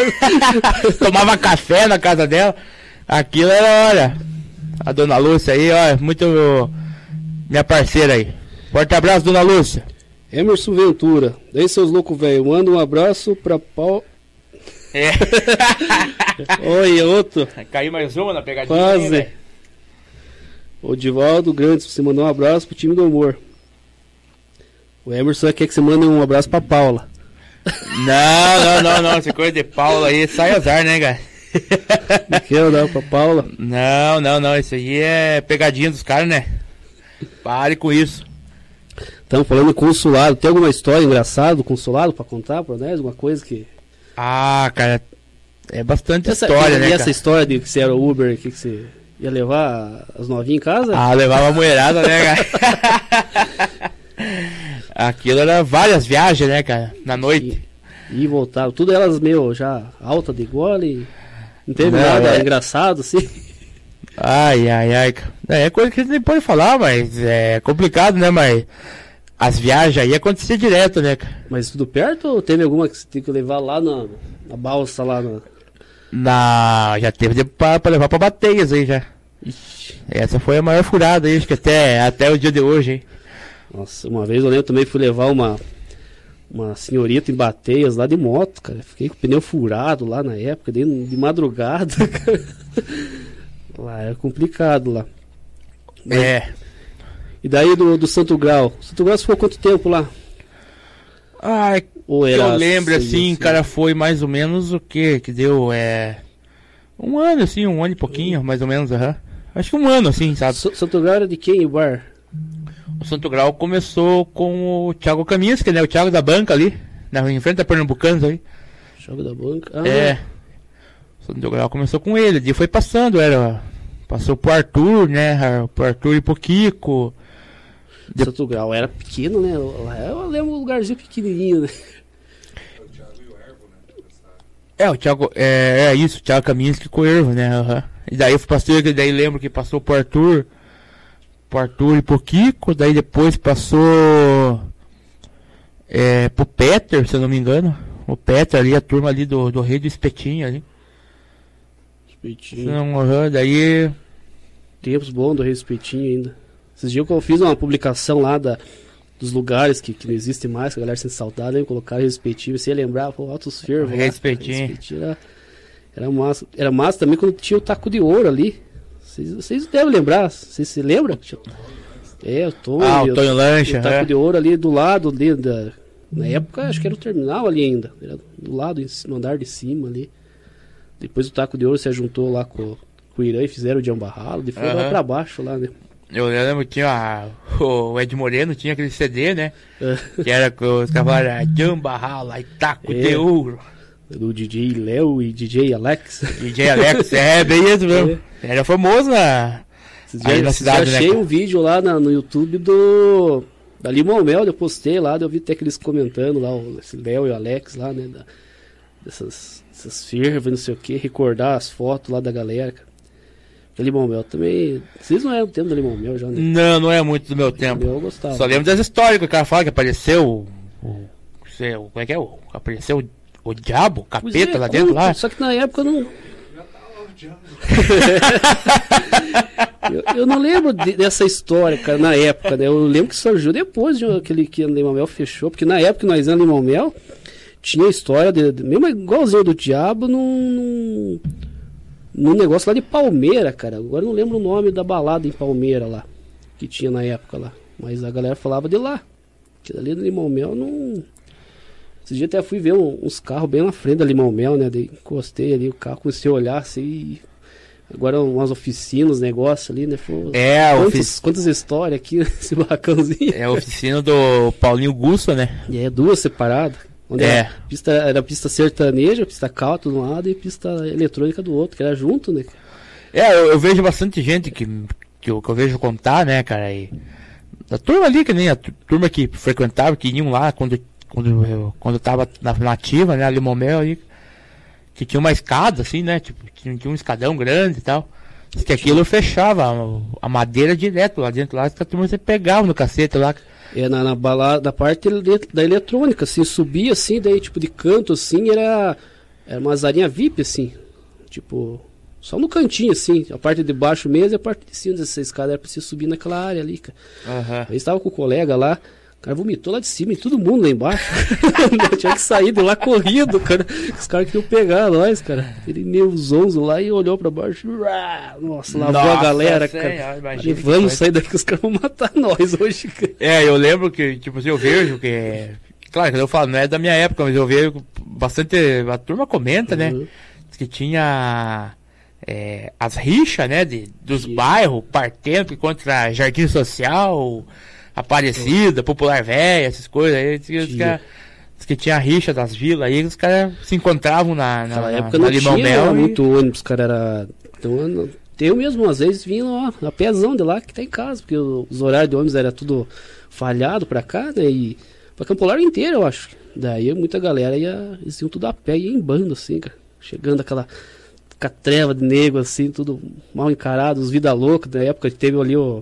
Tomava café na casa dela. Aquilo era, olha, a dona Lúcia aí, ó, muito minha parceira aí. Forte abraço, dona Lúcia. Emerson Ventura. Daí, seus loucos velho, manda um abraço pra pau. É. Oi, outro. Caiu mais uma na pegadinha. Quase. Aí, o Divaldo Grandes, você mandou um abraço pro time do humor. O Emerson quer que você mande um abraço pra Paula. Não, não, não, não. Essa coisa de Paula aí sai azar, né, cara? Não quero dar pra Paula. Não, não, não. Isso aí é pegadinha dos caras, né? Pare com isso. Estamos falando consulado. Tem alguma história engraçada do consulado pra contar pra nós? Alguma coisa que... Ah, cara, é bastante essa, história, e né, E essa cara? história de que você era Uber, que, que você ia levar as novinhas em casa? Ah, levava a mulherada, né, cara? Aquilo era várias viagens, né, cara? Na noite. E, e voltava. Tudo elas meio já alta de gole. Não teve não, nada é... engraçado, assim. Ai, ai, ai. É coisa que a gente nem pode falar, mas é complicado, né, mas... As viagens aí aconteciam direto, né, cara? Mas tudo perto ou teve alguma que você tem que levar lá na, na balsa, lá na... Na... Já teve de, pra, pra levar pra Bateias aí, já. Ixi, essa foi a maior furada aí, acho que até, até o dia de hoje, hein? Nossa, uma vez eu lembro também, fui levar uma... Uma senhorita em Bateias lá de moto, cara. Fiquei com o pneu furado lá na época, de, de madrugada, cara. Lá era complicado lá. Mas... É... E daí do, do Santo Grau? Santo Grau você ficou quanto tempo lá? Ai, ou era eu lembro assim, assim, cara, foi mais ou menos o que que deu, é... Um ano assim, um ano e pouquinho, mais ou menos, aham. Uhum. Acho que um ano assim, sabe? S Santo Grau era de quem o bar? O Santo Grau começou com o Thiago Kaminski, né? O Thiago da banca ali, na, em frente da Pernambucanos aí. Thiago da banca? Ah. É. O Santo Grau começou com ele, e foi passando, era... Passou pro Arthur, né? Pro Arthur e pro Kiko. De... Santo Grau era pequeno, né? Eu lembro um lugarzinho pequenininho, né? É, o Thiago, é, é isso, o Thiago Kaminski com o Ervo, né? Uhum. E daí eu passei, daí lembro que passou pro Arthur, pro Arthur e pro Kiko, daí depois passou é, pro Peter, se eu não me engano. O Peter ali, a turma ali do, do Rei do Espetinho ali. Espetinho. Não, uhum, daí... Tempos bons do Rei do Espetinho ainda. Esses dias que eu fiz uma publicação lá da, dos lugares que, que não existem mais, que a galera sente saudade, né? Colocar respectivo, você ia lembrar, pô, Altos Fervos. Respeitinho. Era, era, massa. Era massa também quando tinha o taco de ouro ali. Vocês, vocês devem lembrar, vocês se lembram? É, o Tonho. Ah, o Tonho Lancha. O taco é. de ouro ali do lado ali da... Na época, acho que era o terminal ali ainda. Era do lado, no andar de cima ali. Depois o taco de ouro se juntou lá com, com o Irã e fizeram o Jambarralo. Depois uhum. lá pra baixo lá, né? Eu lembro que tinha a, o Ed Moreno tinha aquele C D, né? Que era com os cavalos Jambarralo e taco é. de ouro. Do D J Léo e D J Alex. D J Alex, é, bem isso mesmo. É. Era famoso na, aí na cidade, né? Eu achei um vídeo lá na, no YouTube do... Da Limão Mel, eu postei lá, eu vi até que eles comentando lá, o Léo e o Alex lá, né? Da, dessas, dessas fervas, não sei o que, recordar as fotos lá da galera, cara. A Limão Mel também. Vocês não eram do tempo da Limão Mel já, né? Não, não é muito do meu tempo. Eu gostava. Só lembro das histórias que o cara fala que apareceu. O, o, como é que é? O, apareceu o, o diabo, o capeta é, lá dentro lá. Só que na época eu não. eu, eu não lembro de, dessa história, cara, na época, né? Eu lembro que surgiu depois de aquele que a Limão Mel fechou, porque na época que nós íamos na Limão Mel, tinha a história, de, de, mesmo igualzinho do diabo, num, num, num negócio lá de Palmeira, cara. Agora eu não lembro o nome da balada em Palmeira lá, que tinha na época lá. Mas a galera falava de lá. Que ali no Limão Mel não. Esse dia até fui ver um, uns carros bem na frente da Limão Mel, né? Daí encostei ali, o carro comecei a olhar assim. Agora umas oficinas, negócio ali, né? Pô, é, quantas, ofic... quantas histórias aqui nesse barracãozinho. É a oficina do Paulinho Gusso, né? E é duas separadas. Onde é. Era pista, era pista sertaneja, pista country de um lado e pista eletrônica do outro, que era junto, né? É, eu, eu vejo bastante gente que, que, eu, que eu vejo contar, né, cara? E a turma ali, que nem a turma que frequentava, que iam lá quando. Quando eu, quando eu tava na nativa, né, ali no Momel ali, que tinha uma escada, assim, né, tipo, tinha, tinha um escadão grande e tal, que aquilo fechava a, a madeira direto lá dentro, lá, que a turma você pegava no cacete lá. É, na, na balada, da parte da eletrônica, assim, subia assim, daí tipo de canto, assim, era, era uma azarinha V I P, assim, tipo, só no cantinho, assim, a parte de baixo mesmo e a parte de cima dessa escada era pra você subir naquela área ali, cara. Uhum. Aí estava com o colega lá, o cara vomitou lá de cima e todo mundo lá embaixo. Tinha que sair de lá corrido, cara. Os caras queriam pegar nós, cara. Ele meio zonzo lá e olhou pra baixo. Nossa, lavou Nossa, a galera, cara. Falei, vamos sair daqui que os caras vão matar nós hoje, cara. É, eu lembro que, tipo assim, eu vejo que. Claro, eu falo, não é da minha época, mas eu vejo bastante. A turma comenta, uhum. né? Que tinha. É, as rixas, né? De, dos Isso. bairros, partendo contra Jardim Social. Aparecida, Popular Véia, essas coisas aí, diz que, diz que tinha a rixa das vilas aí, os caras se encontravam na, na, na época na não Limão tinha Mel. Muito e... ônibus, cara, era... Então, eu mesmo, às vezes, vinha lá, a pezão de lá que tá em casa, porque os horários de ônibus era tudo falhado pra cá, né, e pra Campo Largo inteiro, eu acho. Daí muita galera ia, eles iam tudo a pé, ia em bando, assim, cara, chegando aquela catreva de negro, assim, tudo mal encarado, os vida louca, da época que teve ali o...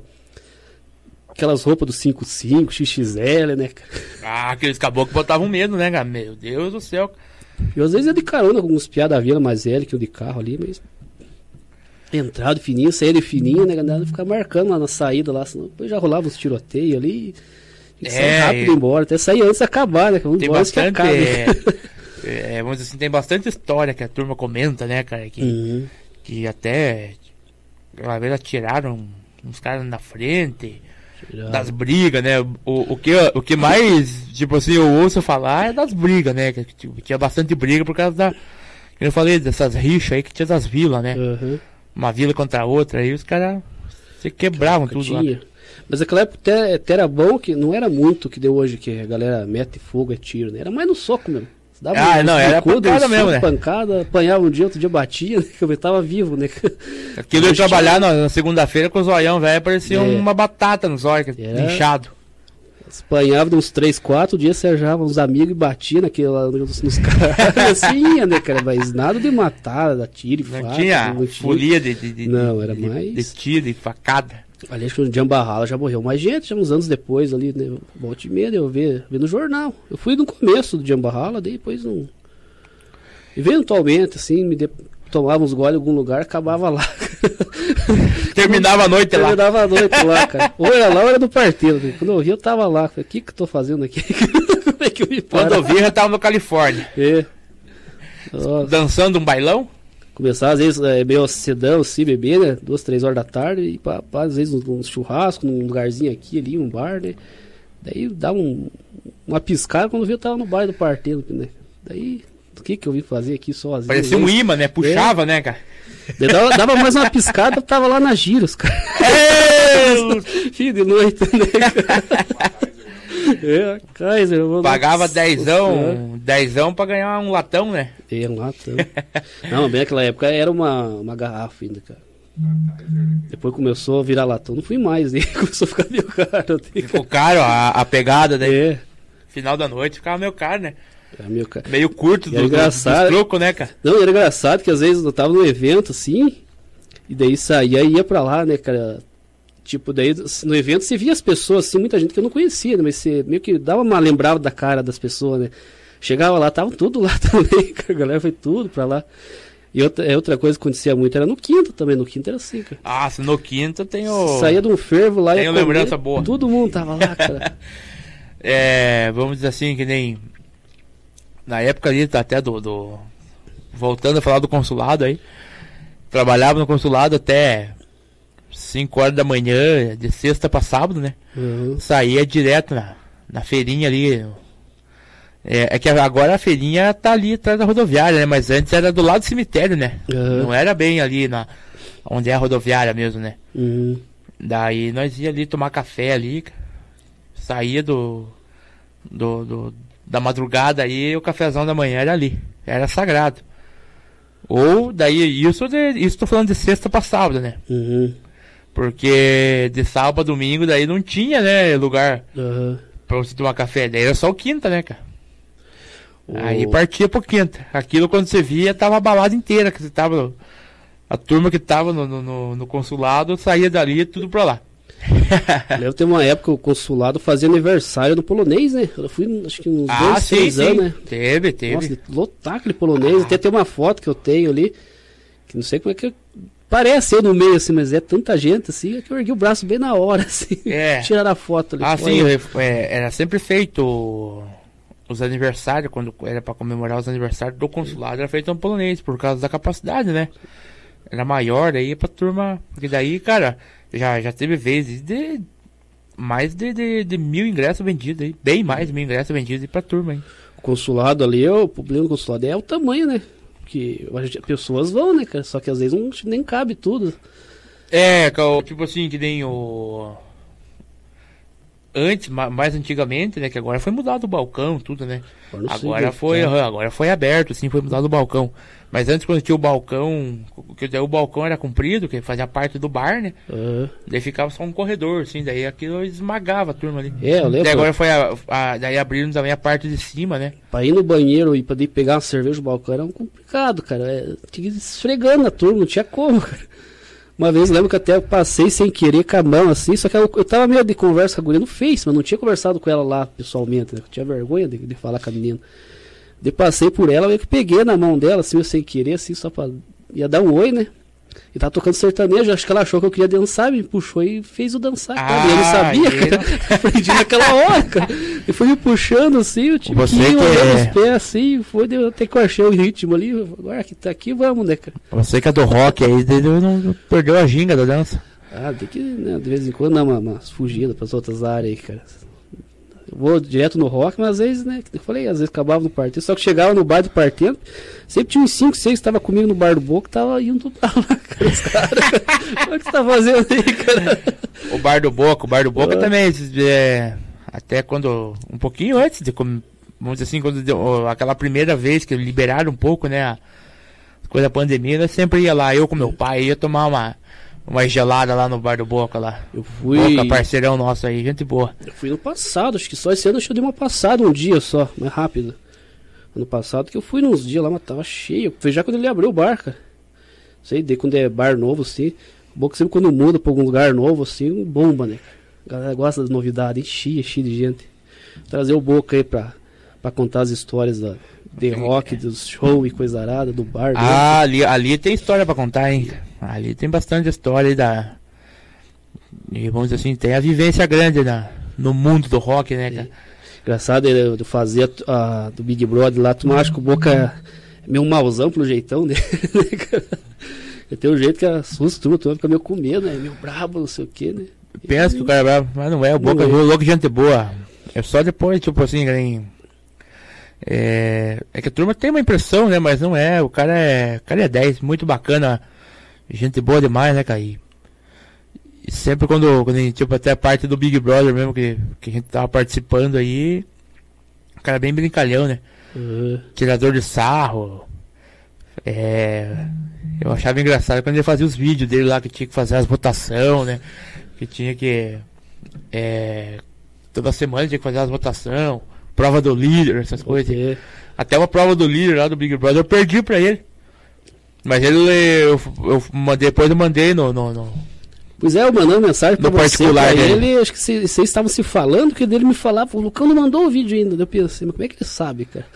Aquelas roupas do cinco cinco, X X L, né, cara? Ah, aqueles caboclos botavam medo, né, cara? Meu Deus do céu. Eu às vezes ia de carona com uns piá da vila mais velho que eu de carro ali, mas... Entrada fininha, saída fininha, né, galera? Ficar marcando lá na saída lá, senão depois já rolava uns tiroteios ali. E sair é, rápido e... embora, até sair antes de acabar, né? Tem bastante... Que é, é, vamos dizer assim, tem bastante história que a turma comenta, né, cara? Que, uhum. que até... Uma vez atiraram uns caras na frente... Das brigas, né? O, o, que, o que mais, tipo assim, eu ouço falar é das brigas, né? Que tipo, tinha bastante briga por causa da... Eu falei dessas rixas aí que tinha das vilas, né? Uhum. Uma vila contra a outra, aí os caras se quebravam tudo lá. Mas naquela época até, até era bom que não era muito que deu hoje, que a galera mete fogo, é tiro, né? Era mais no soco mesmo. Dava ah, um, não, era pancada mesmo, né? Pancada, apanhava um dia, outro dia batia, né? Que eu tava vivo, né? Aquilo eu ia trabalhar na, na segunda-feira com o zoião, velho, parecia é. uma batata no zóio, inchado. Apanhava de uns três, quatro dias, serjava uns amigos e batia naquele lá nos, nos caras. Assim ia, né, cara? Mas nada de matar, da tiro e não faca. Tinha não tinha folia de, de, de... Não, era de, mais... De tiro, de facada. Aliás, que o Jambarrala já morreu mais gente, já uns anos depois ali, né? Volte e meia, eu vi, vi no jornal. Eu fui no começo do Jambarrala, daí depois não... Eventualmente, assim, me de... tomava uns goles em algum lugar, acabava lá. Terminava a noite lá. Terminava a noite lá, cara. Ou era lá ou era do parteiro. Quando eu vi, eu tava lá. Falei, o que que eu tô fazendo aqui? Como é que eu me Quando eu vi, eu já tava no Califórnia. É. Nossa. Dançando um bailão. Começar, às vezes, é, meio cedão, assim, beber, né? Duas, três horas da tarde. E, pá, pá, às vezes, um, um churrasco, num lugarzinho aqui, ali, um bar, né? Daí dá um, uma piscada. Quando eu vi, eu tava no bar do parteiro, né? Daí, o que que eu vim fazer aqui sozinho? Parecia um imã, né? Puxava, é. né, cara? Daí dava, dava mais uma piscada, eu tava lá nas giras, cara. É. Fim de noite, né, cara? É, Kaiser, eu vou pagava dezão, dezão pra ganhar um latão, né? É, um latão. Não, bem naquela época era uma, uma garrafa ainda, cara. Depois começou a virar latão, não fui mais, né? Começou a ficar meio caro. Ficou caro a, a pegada, né? É. Final da noite ficava meio caro, né? Era meio, caro. Meio curto do, engraçado, do, do troco, né, cara? Não, era engraçado que às vezes eu tava no evento, assim, e daí saía e ia pra lá, né, cara? Tipo, daí no evento você via as pessoas, assim, muita gente que eu não conhecia, né? Mas você meio que dava uma lembrada da cara das pessoas, né? Chegava lá, tava tudo lá também, a galera foi tudo pra lá. E outra, outra coisa que acontecia muito era no quinto também, no quinto era assim, cara. Ah, se no quinto tem o... Saía de um fervo lá e tem lembrança boa. Todo mundo tava lá, cara. É, vamos dizer assim, que nem... Na época ali, até do, do... Voltando a falar do consulado aí. Trabalhava no consulado até... cinco horas da manhã, de sexta pra sábado, né? Uhum. Saía direto na, na feirinha ali. É, é que agora a feirinha tá ali atrás da rodoviária, né? Mas antes era do lado do cemitério, né? Uhum. Não era bem ali na, onde é a rodoviária mesmo, né? Uhum. Daí nós ia ali tomar café ali, saía do, do, do da madrugada aí, o cafezão da manhã era ali. Era sagrado. Ou daí, isso, de, isso tô falando de sexta pra sábado, né? Uhum. Porque de sábado a domingo daí não tinha, né, lugar Uhum. pra você tomar café. Daí era só o quinta, né, cara? Oh. Aí partia pro quinta. Aquilo quando você via, tava a balada inteira, que você tava... A turma que tava no, no, no consulado saía dali tudo pra lá. Lembro que teve uma época o consulado fazia aniversário do polonês, né? Eu fui, acho que uns Ah, dois, sim, três sim. anos, né? Teve, teve. Nossa, de lotar aquele polonês. Até tem uma foto que eu tenho ali, que não sei como é que... Eu... Parece eu no meio, assim, mas é tanta gente, assim, que eu ergui o braço bem na hora, assim. É. Tiraram a foto ali. Ah, Foi. sim, é, era sempre feito os aniversários, quando era pra comemorar os aniversários do consulado, era feito um polonês, por causa da capacidade, né? Era maior, daí pra turma, porque daí, cara, já, já teve vezes de mais de, de, de mil ingressos vendidos aí, bem mais de mil ingressos vendidos aí pra turma, hein? O consulado ali, o problema do consulado é o tamanho, né? Porque as pessoas vão, né, cara? Só que às vezes não, nem cabe tudo. É, tipo assim, que nem o... Antes, mais antigamente, né, que agora foi mudado o balcão, tudo, né? Agora, agora foi, uhum, agora foi aberto, assim, foi mudado o balcão. Mas antes, quando tinha o balcão, que daí o balcão era comprido, que fazia parte do bar, né? Uhum. Daí ficava só um corredor, assim, daí aquilo esmagava a turma ali. É, eu lembro. Daí agora foi a, a daí abriram também a parte de cima, né? Pra ir no banheiro e poder pegar uma cerveja no balcão era um complicado, cara. É, tinha que ir esfregando a turma, não tinha como, cara. Uma vez eu lembro que até eu passei sem querer com a mão assim, só que eu, eu tava meio de conversa com a guria no Face, mas não tinha conversado com ela lá pessoalmente, né? Eu tinha vergonha de, de falar com a menina. Daí passei por ela, eu que peguei na mão dela, assim, eu sem querer, assim, só pra... Ia dar um oi, né? E tava tocando sertanejo, acho que ela achou que eu queria dançar, me puxou e fez o dançar, cara. Ah, E eu não sabia, ele... cara. Aprendi naquela hora, cara. E foi me puxando, assim, eu tive Você que ir que olhando é... os pés, assim, foi, deu, até que eu achei o ritmo ali, agora que tá aqui, vamos, né, cara? Você que é do rock aí, não, não perdeu a ginga da dança. Ah, tem que, né, de vez em quando, dar uma, umas fugidas pras outras áreas aí, cara. Eu vou direto no rock, mas às vezes, né, eu falei, às vezes acabava no parteiro, só que chegava no bar do parteiro, sempre tinha uns cinco, seis que estavam comigo no bar do Boca, tava indo pra lá, cara, os caras. O que você tá fazendo aí, cara? O bar do Boca, o bar do Boca ah. também, é, até quando, um pouquinho antes de, vamos dizer assim, quando deu, aquela primeira vez que liberaram um pouco, né, a coisa da pandemia, eu sempre ia lá, eu com meu pai, ia tomar uma... Uma gelada lá no bar do Boca lá. Eu fui... Boca, parceirão nosso aí, gente boa. Eu fui no passado, acho que só esse ano acho que eu dei uma passada um dia só, mais rápido. Ano passado que eu fui nos dias lá, mas tava cheio. Foi já quando ele abriu o bar, cara. Sei, daí quando é bar novo, assim. O Boca sempre quando muda pra algum lugar novo, assim, bomba, né? A galera gosta das novidades, enchia, enchia de gente. Trazer o Boca aí pra, pra contar as histórias da, de rock, dos shows e coisa arada, do bar. Ah, ali, ali tem história pra contar, hein? Ali tem bastante história aí da... E vamos dizer assim, tem a vivência grande na, no mundo do rock, né, cara? Engraçado ele fazer a, a, do Big Brother lá, tu não acha que o Boca é meio mauzão pelo jeitão dele, né, cara? Tem um jeito que assusta tudo, tu fica meio com medo, né? Meio brabo, não sei o que, né? Pensa que o cara é brabo, mas não é, o Boca é louco de gente boa. É só depois, tipo assim, nem... É, é que a turma tem uma impressão, né? Mas não é, o cara é, o cara é dez, muito bacana, gente boa demais, né, cara? E, e sempre quando, quando a gente, tipo, até a parte do Big Brother mesmo, que, que a gente tava participando aí, o cara é bem brincalhão, né? Uhum. Tirador de sarro. É, eu achava engraçado quando ele fazia os vídeos dele lá, que tinha que fazer as votações, né? Que tinha que... É, toda semana tinha que fazer as votações, prova do líder, essas okay. coisas. Até uma prova do líder lá do Big Brother eu perdi pra ele. Mas ele, eu, eu, depois eu mandei no... no, no pois é, eu mandei uma mensagem pra no você, particular pra dele. ele, acho que vocês estavam se falando, que dele me falava, o Lucão não mandou o vídeo ainda. Eu pensei, mas como é que ele sabe, cara?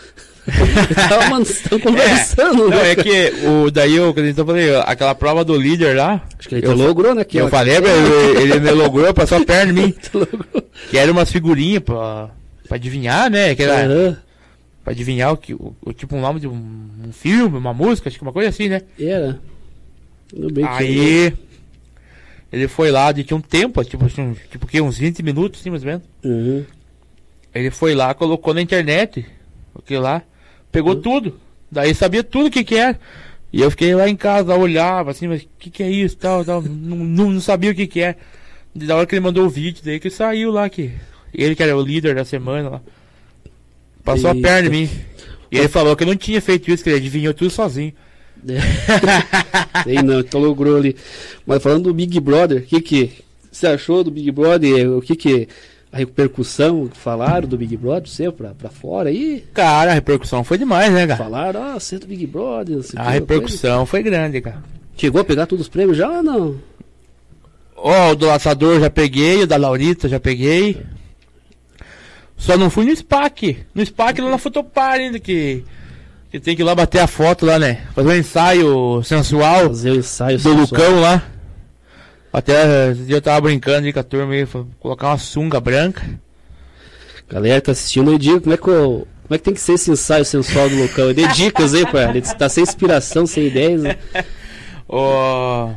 Tava conversando, é, né, não, é que o, daí eu, então, eu falei, aquela prova do líder lá. Acho que ele eu, logrou, né? Que eu falei, ele, ele me logrou, passou a perna em mim. Que era umas figurinhas pra, pra adivinhar, né? Que era, uhum. Pra adivinhar o, que, o, o tipo um nome de um, um filme, uma música, acho que uma coisa assim, né? Era. Bem aí ele foi lá, de tinha um tempo, tipo, assim, tipo que uns vinte minutos, assim, mais ou menos. Uhum. Ele foi lá, colocou na internet, o que lá. Pegou uhum. tudo. Daí sabia tudo o que que era. E eu fiquei lá em casa, olhava assim, mas o que que é isso, tal, tal. não, não, não sabia o que que é. Da hora que ele mandou o vídeo, daí que saiu lá, que ele que era o líder da semana lá. Passou Eita. a perna em mim. E ele falou que eu não tinha feito isso, que ele adivinhou tudo sozinho. Sei não, então logrou ali. Mas falando do Big Brother, o que que você achou do Big Brother? O que que... A repercussão que falaram do Big Brother, você pra, pra fora aí? Cara, a repercussão foi demais, né, cara? Falaram, ó, oh, você é do Big Brother. Não sei a repercussão coisa. Foi grande, cara. Chegou a pegar todos os prêmios já ou não? Ó, oh, o do Laçador já peguei, o da Laurita já peguei. Só não fui no SPAC. No SPAC lá na Fotopar ainda, que, que tem que ir lá bater a foto lá, né? Fazer um ensaio sensual. Fazer o ensaio do sensual. Lucão lá. Até esse dia eu tava brincando aí com a turma aí, colocar uma sunga branca. Galera tá assistindo, eu digo como é que, eu, como é que tem que ser esse ensaio sensual do Lucão. Eu dei dicas aí, pá. Ele tá sem inspiração, sem ideias. Né? Oh,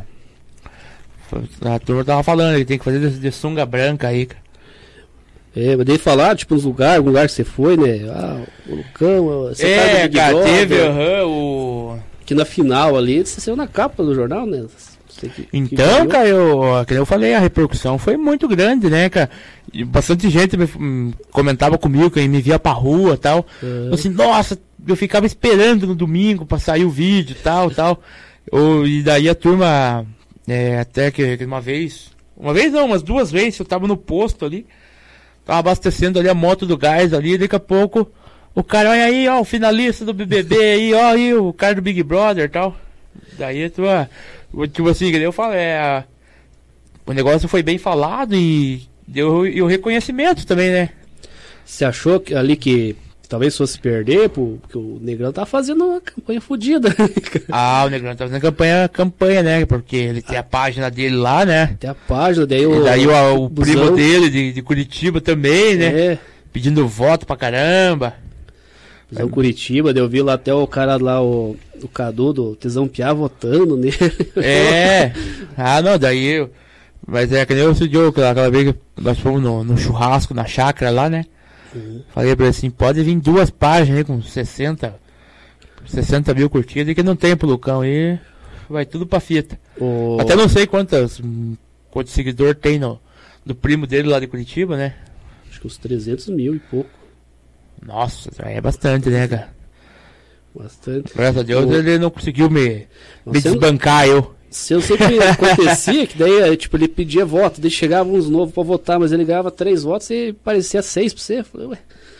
a turma tava falando, ele tem que fazer de, de sunga branca aí, cara. É, mas daí falar, tipo, nos lugares, algum lugar que você foi, né? Ah, o Lucão, você é, tá do Big cara, Brother, teve, aham, o... Que na final ali, você saiu na capa do jornal, né? Que, então, que cara, eu, como eu falei, a repercussão foi muito grande, né, cara? E bastante gente me, hum, comentava comigo, que me via pra rua e tal. Uhum. Assim, nossa, eu ficava esperando no domingo pra sair o vídeo e tal, tal. Eu, e daí a turma, é, até que, que uma vez, uma vez não, umas duas vezes, eu tava no posto ali, tava abastecendo ali a moto do gás ali, e daqui a pouco, o cara, olha aí, ó, o finalista do B B B aí, ó, aí o cara do Big Brother e tal. Daí a turma... Tipo assim, eu falo, é, a, o negócio foi bem falado e deu e o reconhecimento também, né? Você achou que, ali que talvez fosse perder, porque o Negrão tá fazendo uma campanha fodida? Ah, o Negrão tá fazendo campanha, campanha, né? Porque ele tem a página dele lá, né? Tem a página, daí o... E daí o, o primo dele, de, de Curitiba também, né? É. Pedindo voto pra caramba. É o Curitiba, eu vi lá até o cara lá, o, o Cadu do Tesão Piá votando nele. É, ah não, daí eu, mas é que nem o Sudio, aquela vez que nós fomos no, no churrasco, na chácara lá, né? Uhum. Falei pra ele assim, pode vir duas páginas aí com sessenta mil curtidas e que não tem pro Lucão aí, vai tudo pra fita. O... Até não sei quantas, quantos seguidores tem no, do primo dele lá de Curitiba, né? Acho que uns trezentos mil e pouco. Nossa, é bastante, né, cara? Bastante. Graças a Deus o... ele não conseguiu me, me desbancar, eu. Se eu sei que acontecia, que daí, tipo, ele pedia voto, daí chegava uns novos pra votar, mas ele ganhava três votos e parecia seis pra você. Eu falei, ué.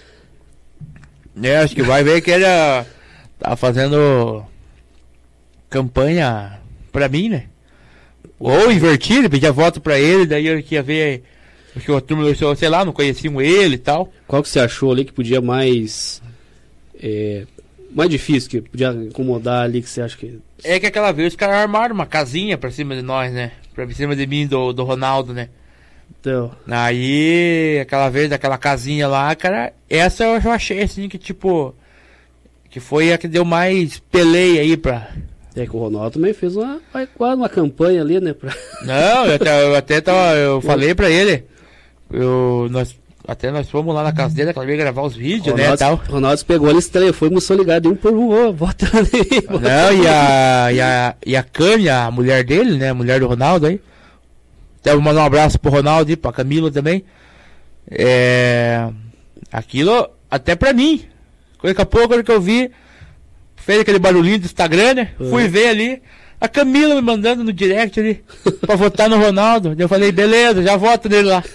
É, acho que vai ver que ele tá fazendo campanha pra mim, né? Ou invertido, ele pedia voto pra ele, daí eu ia ver Acho que a turma, sei lá, não conheciam ele e tal. Qual que você achou ali que podia mais... É, mais difícil, que podia incomodar ali, que você acha que... É que aquela vez os caras armaram uma casinha pra cima de nós, né? Pra cima de mim e do, do Ronaldo, né? Então... Aí, aquela vez, daquela casinha lá, cara, essa eu achei assim que tipo... Que foi a que deu mais peleia aí pra... É que o Ronaldo também fez uma, quase uma campanha ali, né? Pra... Não, eu até, eu até tava, eu falei pra ele, eu, nós, até nós fomos lá na casa dele, aquela vez gravar os vídeos, Ronaldo, né, tal. O Ronaldo pegou ali esse telefone, começou a ligar de um por um, bota ali. Bota Não, ali. e a, e a, e a Cami, a mulher dele, né, a mulher do Ronaldo aí, até vou mandar um abraço pro Ronaldo e pra Camila também, é, aquilo, até pra mim, daqui a pouco, quando que eu vi, fez aquele barulhinho do Instagram, né? Uhum. Fui ver ali, a Camila me mandando no direct ali, pra votar no Ronaldo. Eu falei, beleza, já voto nele lá.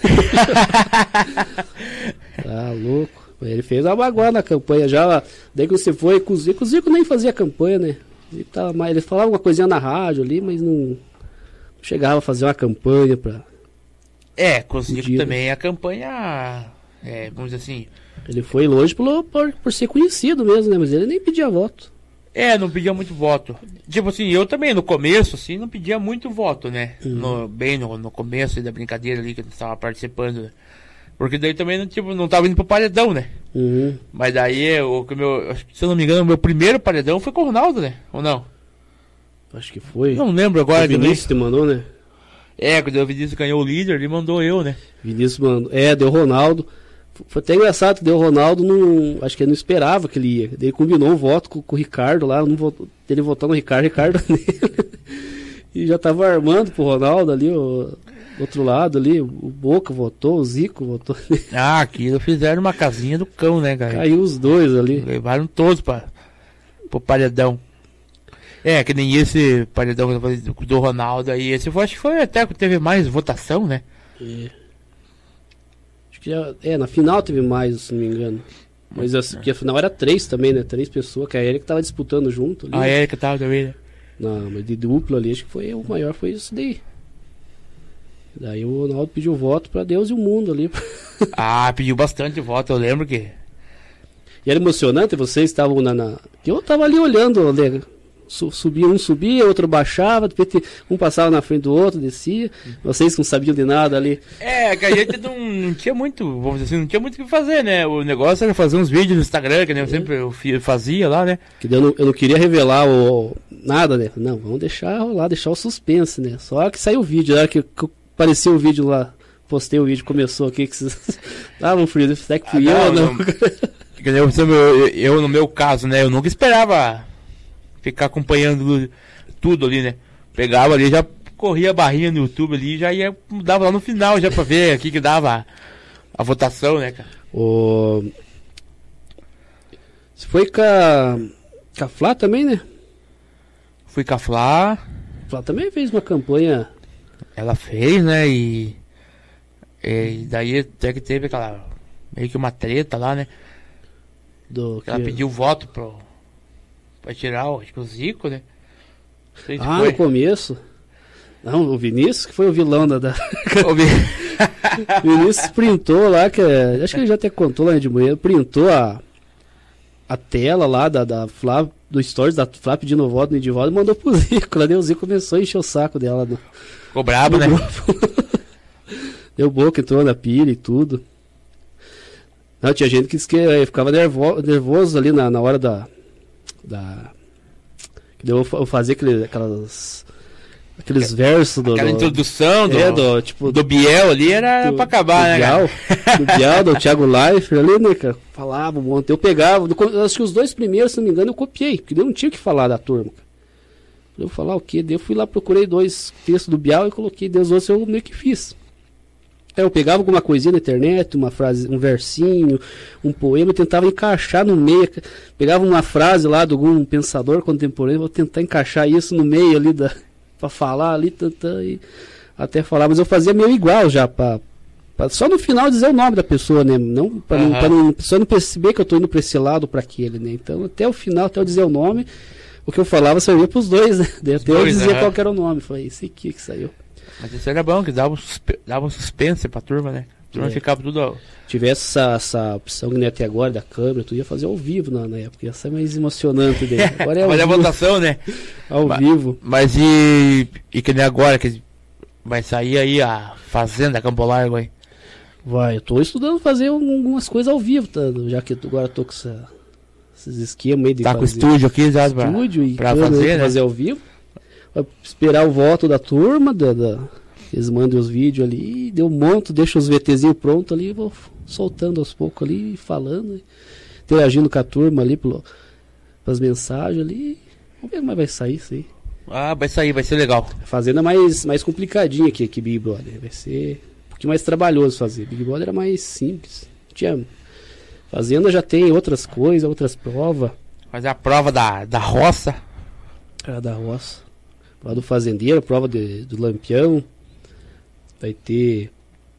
Tá louco. Ele fez uma baguá na campanha já. Daí que você foi com o Zico, o Zico nem fazia campanha, né? Ele, tava mais, ele falava uma coisinha na rádio ali, mas não chegava a fazer uma campanha pra... É, com o Zico também a campanha, é, vamos dizer assim... Ele foi longe por, por, por ser conhecido mesmo, né? Mas ele nem pedia voto. É, não pedia muito voto. Tipo assim, eu também no começo, assim, não pedia muito voto, né? Uhum. No, bem no, no começo da brincadeira ali que eu estava participando, né? Porque daí também não, tipo, não tava indo pro paredão, né? Uhum. Mas daí, o, o meu, se eu não me engano, o meu primeiro paredão foi com o Ronaldo, né? Ou não? Acho que foi. Não lembro agora. O Vinícius te mandou, né? É, quando o Vinícius ganhou o líder, ele mandou eu, né? Vinícius mandou. É, deu Ronaldo. Foi até engraçado que deu o Ronaldo, não, acho que ele não esperava que ele ia. Ele combinou um voto com, com o Ricardo lá, não votou, ele votou no Ricardo, Ricardo nele. E já tava armando pro Ronaldo ali, o outro lado ali, o Boca votou, o Zico votou nele. Ah, aquilo fizeram uma casinha do cão, né, cara? Caiu os dois ali. Levaram todos pra, pro paredão. É, que nem esse paredão do Ronaldo aí, esse foi, acho que foi até que teve mais votação, né? É. Que já, é, na final teve mais, se não me engano. Mas assim, porque a final era três também, né? Três pessoas, que a Erika tava disputando junto ali. A Erika tava também, né? Não, mas de duplo ali, acho que foi o maior, foi isso daí. Daí o Ronaldo pediu voto pra Deus e o mundo ali. Ah, pediu bastante voto, eu lembro que... E era emocionante, vocês estavam na... na... que eu tava ali olhando, né? Subia, um subia, outro baixava, depois um passava na frente do outro, descia. Vocês não sabiam de nada ali. É, que a gente não, não tinha muito, vamos dizer assim, não tinha muito o que fazer, né? O negócio era fazer uns vídeos no Instagram, que nem eu sempre eu fazia lá, né? Que eu não, eu não queria revelar o, nada, né? Não, vamos deixar rolar, deixar o suspense, né? Só que saiu o vídeo, na hora que, que apareceu o vídeo lá, postei o vídeo, começou aqui, que vocês estavam frios, será que fui ah, eu não? não. eu, eu, eu, no meu caso, né, eu nunca esperava ficar acompanhando tudo ali, né? Pegava ali, já corria a barrinha no YouTube ali, já ia, dava lá no final já pra ver aqui que dava a, a votação, né, cara? O... Você foi com a... com a Flá também, né? Fui com a Flá. A Flá também fez uma campanha. Ela fez, né? E, e daí até que teve aquela, meio que uma treta lá, né? Do que ela pediu voto pro... pra tirar o, acho que o Zico, né? Se ah, foi. No começo. Não, o Vinícius que foi o vilão da... da... O Vi... Vinícius printou lá, que é... acho que ele já até contou lá de manhã, printou a, a tela lá da, da Flá, do Stories da Flá pedindo voto no Edivaldo e mandou pro Zico. Lá deu o Zico começou a encher o saco dela. No... Ficou brabo, né? Deu boca, entrou na pilha e tudo. Não, tinha gente que disse que eh, ficava nervo... nervoso ali na, na hora da... da que deu eu fazer aquele, aquelas aqueles versos do, aquela do, introdução do, é, do, tipo, do Biel ali era do, pra acabar, do né, Biel, do Biel, do Thiago Leifert ali, né, cara? Falava um monte, eu pegava, do, acho que os dois primeiros, se não me engano, eu copiei, porque eu não tinha o que falar da turma. Eu falar o quê? Eu fui lá, procurei dois textos do Biel e coloquei, Deus outros eu meio que fiz. Aí eu pegava alguma coisinha na internet, uma frase, um versinho, um poema, e tentava encaixar no meio. Pegava uma frase lá de algum pensador contemporâneo, vou tentar encaixar isso no meio ali da, pra falar ali, tanta, e até falar, mas eu fazia meio igual já, pra, pra só no final dizer o nome da pessoa, né? Não, pra, uhum. não, pra não, só não perceber que eu tô indo pra esse lado, pra aquele, né? Então até o final, até eu dizer o nome, o que eu falava servia pros dois, né? Daí até dois, eu dizia uhum. qual que era o nome, falei, esse aqui que saiu. Mas isso era bom, que dava um, suspe- dava um suspense pra turma, né? A turma É. ficava tudo... Tivesse essa, essa opção que nem até agora da câmera, tu ia fazer ao vivo na, na época, ia ser mais emocionante dele. Agora é ao Mas a vivo. votação, né? Ao Mas- vivo. Mas e... E que nem agora, que vai sair aí a Fazenda Campo Largo aí. Vai, eu tô estudando fazer algum- algumas coisas ao vivo, tá? Já que eu tô- agora tô com essa, esses esquemas aí de Tá com o fazer estúdio aqui já pra, estúdio e pra câmera fazer, pra né? fazer ao vivo. Vai esperar o voto da turma, da, da- eles mandam os vídeos ali, deu um monte, deixa os VTzinhos prontos ali, vou soltando aos poucos ali, falando, interagindo com a turma ali, pelo, pelas mensagens ali. Vamos ver como vai sair isso aí. Ah, vai sair, vai ser legal. A Fazenda é mais, mais complicadinha que, que Big Brother. Vai ser um pouquinho mais trabalhoso fazer. Big Brother era mais simples. Tinha, Fazenda já tem outras coisas, outras provas. Fazer a prova da, da roça. Era da roça. Prova do fazendeiro, prova de, do lampião. Vai ter.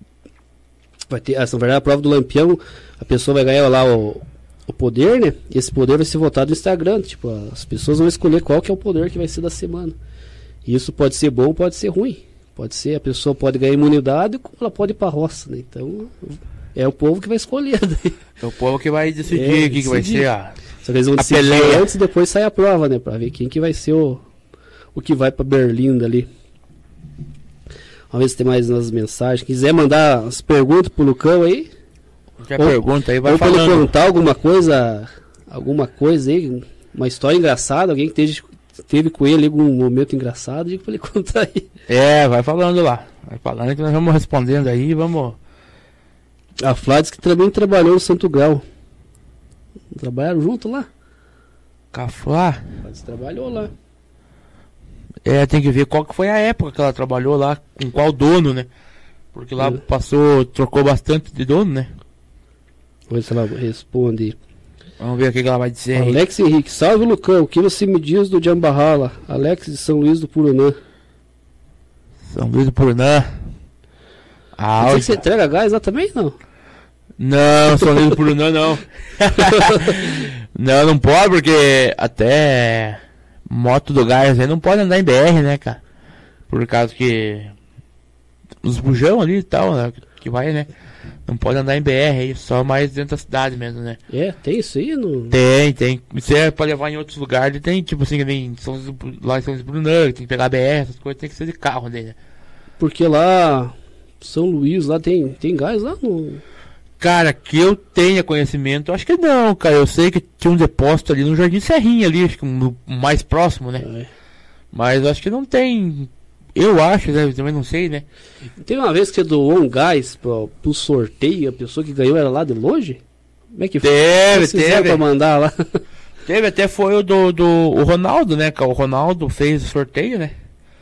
Vai ter. Ah, na verdade, a prova do lampião, a pessoa vai ganhar lá o, o poder, né? E esse poder vai ser votado no Instagram. Tipo, as pessoas vão escolher qual que é o poder que vai ser da semana. E isso pode ser bom, pode ser ruim. Pode ser, a pessoa pode ganhar imunidade, como ela pode ir pra roça, né? Então, é o povo que vai escolher. Daí. É o povo que vai decidir É, o que, que vai decidir. ser a... Só que eles vão A decidir peleia. antes e depois sai a prova, né? Pra ver quem que vai ser o, o que vai pra Berlim ali. Vamos ver se tem mais nas mensagens. Quiser mandar as perguntas pro Lucão aí. Já Ou- pergunta aí, vai ou pra ele falando. contar alguma coisa. Alguma coisa aí. Uma história engraçada. Alguém que esteja, teve com ele algum momento engraçado. Diga pra ele contar aí. É, vai falando lá. Vai falando que nós vamos respondendo aí, vamos... A Flávia disse que também trabalhou no Santo Grau. Trabalharam junto lá? Cafá. Flávia trabalhou lá. É, tem que ver qual que foi a época que ela trabalhou lá, com qual dono, né? Porque lá É. passou, trocou bastante de dono, né? Vamos ver se ela responde. Vamos ver o que, que ela vai dizer aí. Alex Henrique, salve Lucão, o que você me diz do Jambarrala? Alex de São Luís do Purunã. São Luís do Purunã. Ah, Não sei se você entrega gás lá também, não? não, São Luís do Purunã não. Não, não pode, porque até moto do gás aí não pode andar em B R, né, cara? Por causa que os bujão ali e tal, né, que vai, né? Não pode andar em B R aí, só mais dentro da cidade mesmo, né? É, tem isso aí? No... Tem, tem. Isso é pra levar em outros lugares, tem, tipo assim, que nem São Luís do- lá em São Luís do Purunã, tem que pegar B R, essas coisas, tem que ser de carro dele, né? Porque lá, São Luís, lá tem, tem gás lá no... Cara, que eu tenha conhecimento, acho que não, cara. Eu sei que tinha um depósito ali no Jardim Serrinha, ali, acho que no mais próximo, né? É. Mas acho que não tem. Eu acho, né? Eu também não sei, né? Teve uma vez que você doou um gás pro, pro sorteio, a pessoa que ganhou era lá de longe? Como é que foi? Teve, Vocês fizeram teve. pra mandar lá? Teve até foi o do, do o Ronaldo, né? cara? O Ronaldo fez o sorteio, né?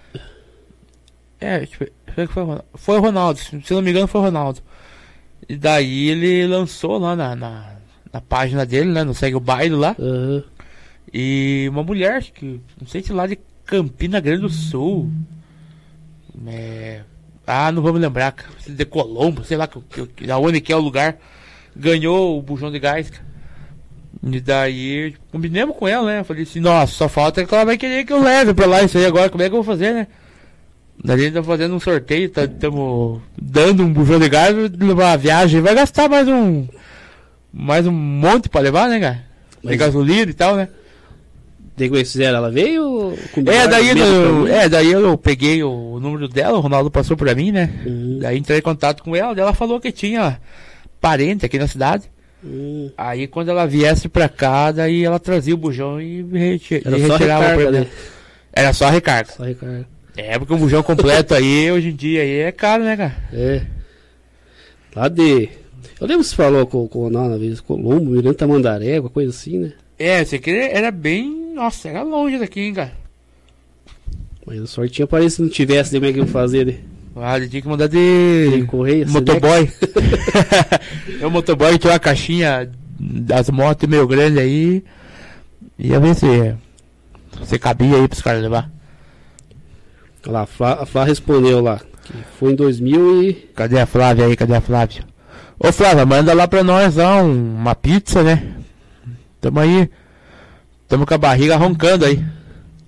É, deixa eu ver, foi, foi, o Ronaldo. Foi o Ronaldo, se se não me engano foi o Ronaldo. E daí ele lançou lá na, na, na página dele, né? No Segue o Baile lá. Aham. E uma mulher, acho que, não sei se lá de Campina Grande do Sul. É... Ah, não vou me lembrar, cara. De Colombo, sei lá que, que, que, aonde que é o lugar. Ganhou o bujão de gás, cara. E daí, combinamos com ela, né? Eu falei assim, nossa, só falta que ela vai querer que eu leve pra lá isso aí agora. Como é que eu vou fazer, né? Daí a gente tá fazendo um sorteio, estamos dando um bujão de gás, levar a viagem. Vai gastar mais um. Mais um monte pra levar, né, cara? De Mas- gasolina e tal, né? Daí como é que fizeram? Ela veio? É, daí, Mesmo eu, pra mim? é, daí eu peguei o número dela, o Ronaldo passou pra mim, né? Uhum. Daí entrei em contato com ela, daí ela falou que tinha parente aqui na cidade. Hum. Aí quando ela viesse pra cá, daí ela trazia o bujão e, reti Era e só retirava recarga, pra né? mim. Era só recarga. Só recarga. É, porque um bujão completo aí, hoje em dia, aí é caro, né, cara? É. Lá de... Eu lembro que você falou com, com o Ronaldo uma vez, Colombo, Miranda Tamandaré, alguma coisa assim, né? É, esse aqui era bem... Nossa, era longe daqui, hein, cara? Mas a sorte tinha parecido se não tivesse, nem como é que eu fazer, né? Ah, ele tinha que mandar de... De correio, motoboy. É o motoboy tinha uma caixinha das motos meio grande aí. Ia ver se se cabia aí pros caras levar. Olha lá, a Flá, a Flá respondeu lá, que foi em dois mil e... Cadê a Flávia aí? Cadê a Flávia? Ô Flávia, manda lá pra nós lá um- uma pizza, né? Tamo aí. Tamo com a barriga roncando aí.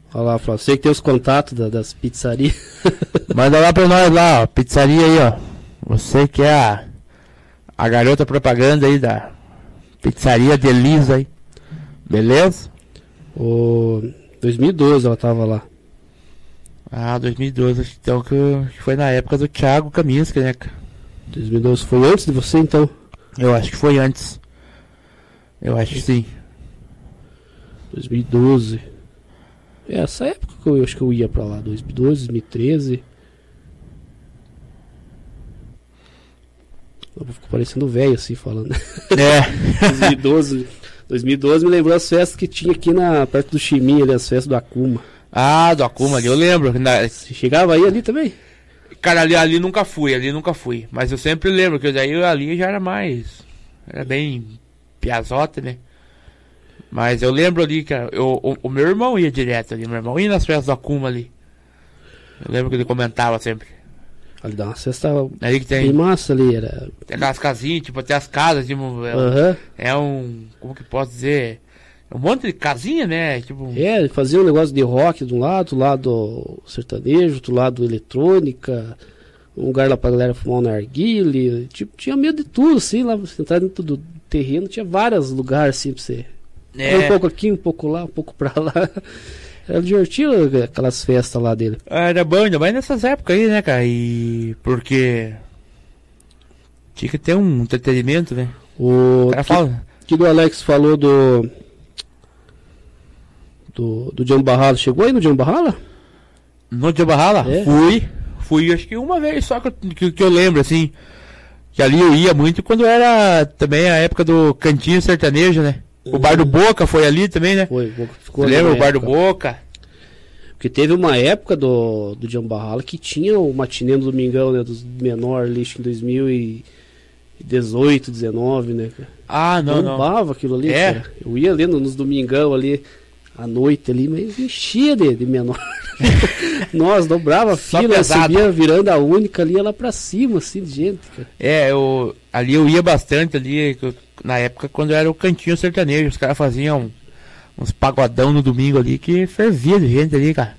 Olha lá, Flávio, você que tem os contatos da, das pizzarias. Manda lá pra nós lá, ó, pizzaria aí, ó. Você que é a, a garota propaganda aí da pizzaria Delisa aí. Beleza? O dois mil e doze ela tava lá. Ah, dois mil e doze, acho então que que foi na época do Thiago Kaminski, né, cara? dois mil e doze foi antes de você, então? Eu acho que foi antes. Eu acho que sim. dois mil e doze. É essa época que eu, eu acho que eu ia pra lá. dois mil e doze, dois mil e treze. Eu fico parecendo velho assim falando. É. dois mil e doze. dois mil e doze me lembrou as festas que tinha aqui na, perto do Chiminha, ali, as festas do Akuma. Ah, do Akuma ali, eu lembro. Na- Você chegava aí ali também? Cara, ali, ali nunca fui, ali nunca fui. Mas eu sempre lembro que daí eu ali já era mais. Era bem piazota, né? Mas eu lembro ali, cara, eu, o, o meu irmão ia direto ali, meu irmão ia nas festas do Akuma ali. Eu lembro que ele comentava sempre. Ali dá uma festa Ali que bem tem, massa ali, era. tem aquelas casinhas, tipo, até as casas, tipo, é, um- Aham. é um. Como que posso dizer? É um monte de casinha, né? Tipo. É, fazia um negócio de rock de um lado, do lado sertanejo, do lado eletrônica, um lugar lá pra galera fumar um narguile, tipo, tinha medo de tudo, assim, lá você entrar dentro do terreno, tinha vários lugares assim pra você. É. Um pouco aqui, um pouco lá, um pouco pra lá. Era divertido aquelas festas lá dele. Era bom, ainda mais nessas épocas aí, né, cara? E. Porque. Tinha que ter um entretenimento, né? O O cara que, fala. que do Alex falou do. Do, do Jambarrala. Chegou aí no Jambarrala? No Jambarrala? É. Fui. Fui, acho que uma vez só que eu, que, que eu lembro, assim. Que ali eu ia muito quando era também a época do Cantinho Sertanejo, né? O Bar do Boca foi ali também, né? Foi, ficou Você ali lembra na o Bar do época. Boca? Porque teve uma época do, do Jambarrala que tinha o matinê no Domingão, né? Dos menores ali, acho que em dois mil e dezoito, dezenove, né? cara? Ah, não, não. Bombava aquilo ali, É. cara. Eu ia ali no- nos Domingão ali, à noite ali, mas enchia de, de menor. Nossa, dobrava a Só fila, pesado. subia virando a única ali, ia lá pra cima, assim, de gente, cara. É, eu, ali eu ia bastante ali, que eu- na época quando era o Cantinho Sertanejo, os caras faziam uns pagodão no domingo ali que fervia de gente ali, cara.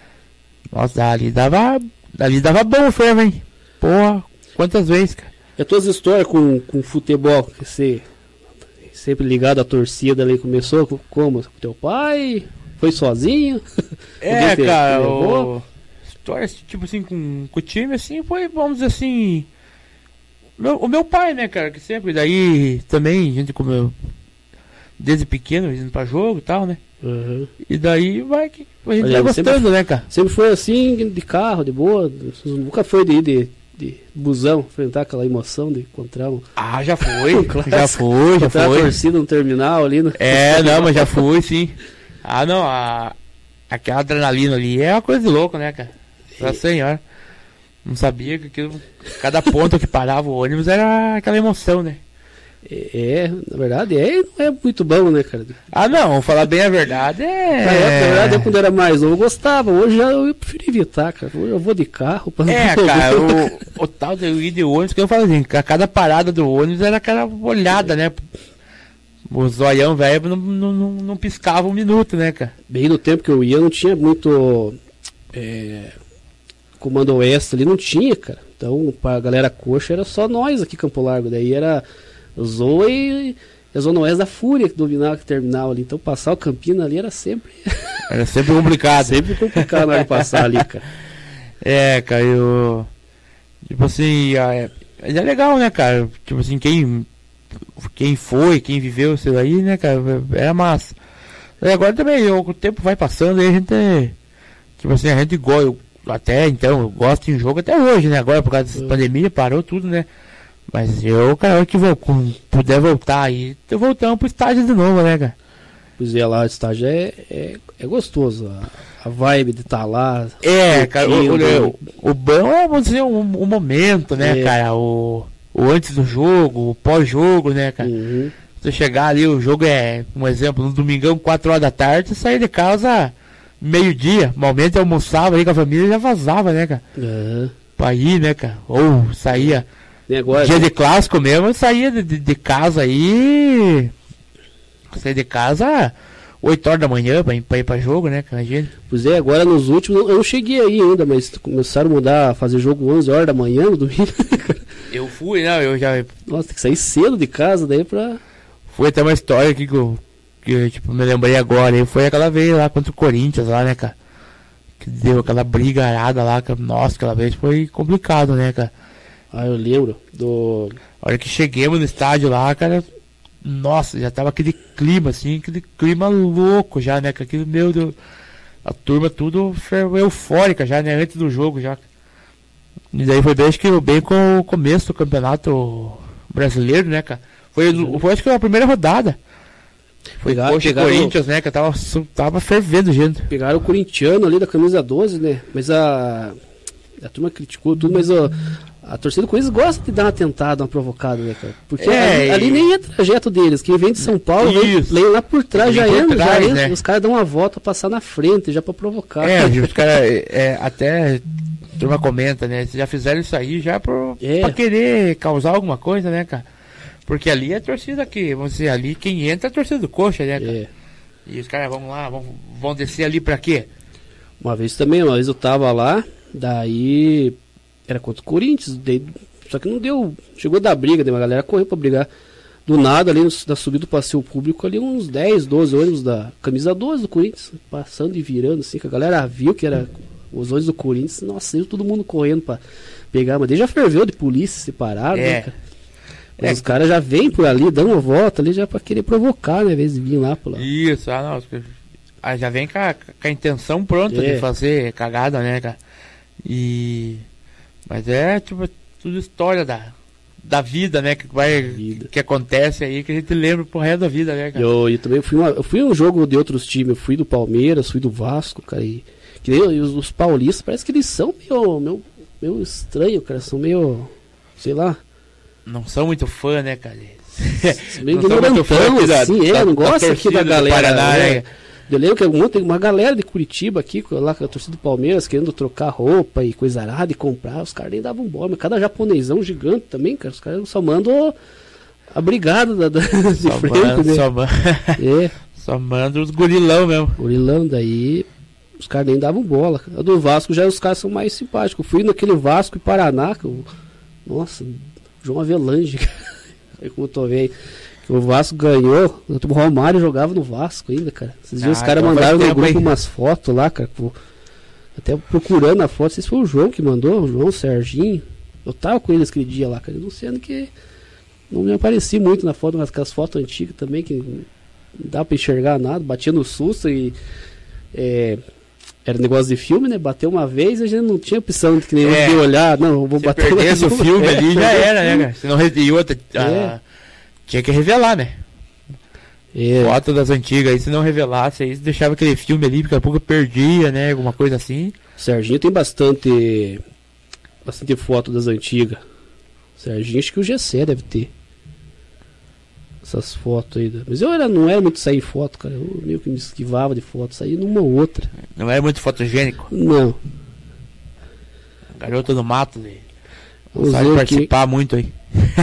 Nossa, ali dava, ali dava bom o fervo, hein? Porra, quantas vezes, cara? E as tuas histórias com, com futebol, que você sempre ligado à torcida ali, começou com- como? Com teu pai? Foi sozinho? É, Alguém te- cara, te levou? o... histórias, tipo assim, com, com o time, assim, foi, vamos dizer assim... Meu, o meu pai, né, cara, que sempre, daí, também, a gente comeu... Desde pequeno, indo pra jogo e tal, né? Uhum. E daí vai que a gente Mas vai ele sempre- gostando, né, cara? Sempre foi assim, de carro, de boa? Nunca foi de ir de, de busão, enfrentar aquela emoção de encontrar, um, Ah, já foi, Um clássico. já foi, já encontrar a foi. torcida no terminal ali. No... É, não, mas já fui, sim. Ah, não, a, aquela adrenalina ali é uma coisa de louco, né, cara? Nossa senhora. Não sabia que aquilo, cada ponto que parava o ônibus era aquela emoção, né? É, na verdade, é, não é muito bom, né, cara? Ah, não, falar bem a verdade é... Na época, na verdade, eu, quando era mais novo, eu gostava. Hoje já eu prefiro evitar, cara. Hoje eu vou de carro. Pra É, cara, o, o tal de eu ir de ônibus, que eu falo assim, a cada parada do ônibus era aquela olhada, né? O zoião velho não, não, não, não piscava um minuto, né, cara? Bem no tempo que eu ia, não tinha muito é, comando oeste ali, não tinha, cara. Então, pra galera coxa, era só nós aqui, Campo Largo. Daí era o Zoa e a Zona Oeste da Fúria que dominava o terminal ali. Então, passar o Campina ali era sempre, Era sempre complicado. sempre complicado na hora de passar ali, cara. É, cara, eu. Tipo assim, ah, é, mas é legal, né, cara? Tipo assim, quem. Quem foi, quem viveu isso daí, né, cara? Era massa. E agora também, o tempo vai passando e a gente. Tipo assim, a gente gosta. Até então, eu gosto de jogo até hoje, né? Agora por causa dessa Uhum. pandemia parou tudo, né? Mas eu, cara, eu que vou, com- puder voltar aí, tô voltando pro estádio de novo, né, cara? Pois é, lá o estágio é, é, é gostoso. A, a vibe de estar lá. É, cara, o, curtindo. o, o bom é, vamos dizer, o, o momento, né, É. cara? O, o antes do jogo, o pós-jogo, né, cara? Uhum. Você chegar ali, o jogo é, um exemplo, no domingão, quatro horas da tarde, você sair de casa meio-dia. Normalmente eu almoçava aí com a família e já vazava, né, cara? Uhum. Pra ir, né, cara? Ou saía. E agora, Dia de clássico mesmo, eu saía de, de, de casa aí. Saía de casa oito horas da manhã pra ir pra, ir pra jogo, né, imagina. Pois é, agora nos últimos, eu não cheguei aí ainda, mas começaram a mudar, a fazer jogo onze horas da manhã no domingo. Eu fui, não, eu já... Nossa, tem que sair cedo de casa daí pra... Foi até uma história aqui que eu, que eu tipo, me lembrei agora, e foi aquela vez lá contra o Corinthians lá, né, cara. Que deu aquela briga arada lá, que, nossa, aquela vez foi complicado, né, cara. Ah, eu lembro do... A hora que cheguemos no estádio lá, cara, nossa, já tava aquele clima, assim, aquele clima louco já, né, que aquilo, meu Deus, a turma tudo eufórica já, né, antes do jogo já. E daí foi bem, acho que bem com o começo do campeonato brasileiro, né, cara. Foi, uhum. foi acho que a primeira rodada. Foi Pegar, Coxa e Corinthians, né, que tava, tava fervendo, gente. Pegaram o corintiano ali da camisa doze, né, mas a... A turma criticou tudo, mas ó, a torcida do Corinthians gosta de dar uma tentada, uma provocada, né, cara? Porque é, ali, ali nem é trajeto deles. Quem vem de São Paulo, vem, vem lá por trás, já entra, já entra. Né? Os caras dão uma volta, passar na frente, já pra provocar. É, os caras, é, até a turma comenta, né? Já fizeram isso aí já pro, é. pra querer causar alguma coisa, né, cara? Porque ali é a torcida que, vamos dizer, ali quem entra é a torcida do Coxa, né, cara? É. E os caras, vamos lá, vão, vão descer ali pra quê? Uma vez também, uma vez eu tava lá. Daí era contra o Corinthians, daí, só que não deu, chegou da briga, daí a galera correu pra brigar. Do nada, ali no, na subida do passeio público, ali uns dez, doze ônibus da camisa doze do Corinthians, passando e virando, assim, que a galera viu que era os ônibus do Corinthians, nossa, saiu todo mundo correndo pra pegar, mas daí já ferveu de polícia separado, é. né, cara? Mas é. Os caras já vêm por ali, dando uma volta ali já pra querer provocar, né, às vezes vir lá por lá. Isso, ah, não, ah, já vem com a, com a intenção pronta é. de fazer cagada, né, cara? E mas é tipo tudo história da, da vida, né, que vai que acontece aí, que a gente lembra pro resto da vida, né, cara? Eu, eu também fui uma, eu fui um jogo de outros times, eu fui do Palmeiras, fui do Vasco, cara, e que nem os, os paulistas, parece que eles são meio meio, meio estranho, cara, são meio, sei lá, não são muito fã, né, cara? Meio ignorantão, assim, é, não gosta aqui da galera, Paraná, né? Eu lembro que tem uma galera de Curitiba aqui, lá com a torcida do Palmeiras, querendo trocar roupa e coisa arada e comprar, os caras nem davam bola, mas cada japonesão gigante também, cara, os caras só mandam a brigada da, da, de só frente, manda, né? Só, man... é. Só manda os gurilão mesmo. Gurilão, daí os caras nem davam bola. A do Vasco já os caras são mais simpáticos. Eu fui naquele Vasco e Paraná, que eu... nossa, João Avelange, aí como eu tô vendo. O Vasco ganhou, o Romário jogava no Vasco ainda, cara. Esses dias ah, os caras então mandaram no grupo aí umas fotos lá, cara. Pô, até procurando a foto, não sei se foi o João que mandou, o João, o Serginho. Eu tava com eles aquele dia lá, cara. Não sendo que não me apareci muito na foto, mas aquelas fotos antigas também, que não dá pra enxergar nada, batia no susto e. É, era negócio de filme, né? Bateu uma vez e a gente não tinha opção de que nem é, eu olhar, não, vou se bater. Se perdesse o filme é, ali já era, né, cara? Se não e outra. É. A... Tinha que revelar, né? É. Foto das antigas aí, se não revelasse aí, deixava aquele filme ali, daqui a pouco perdia, né? Alguma coisa assim. Serginho tem bastante bastante foto das antigas. Serginho, acho que o G C deve ter essas fotos aí. Mas eu era, não era muito sair foto, cara. Eu meio que me esquivava de foto, saía numa ou outra. Não era muito fotogênico? Não. Garoto do mato, velho. Não sabe participar aqui muito aí.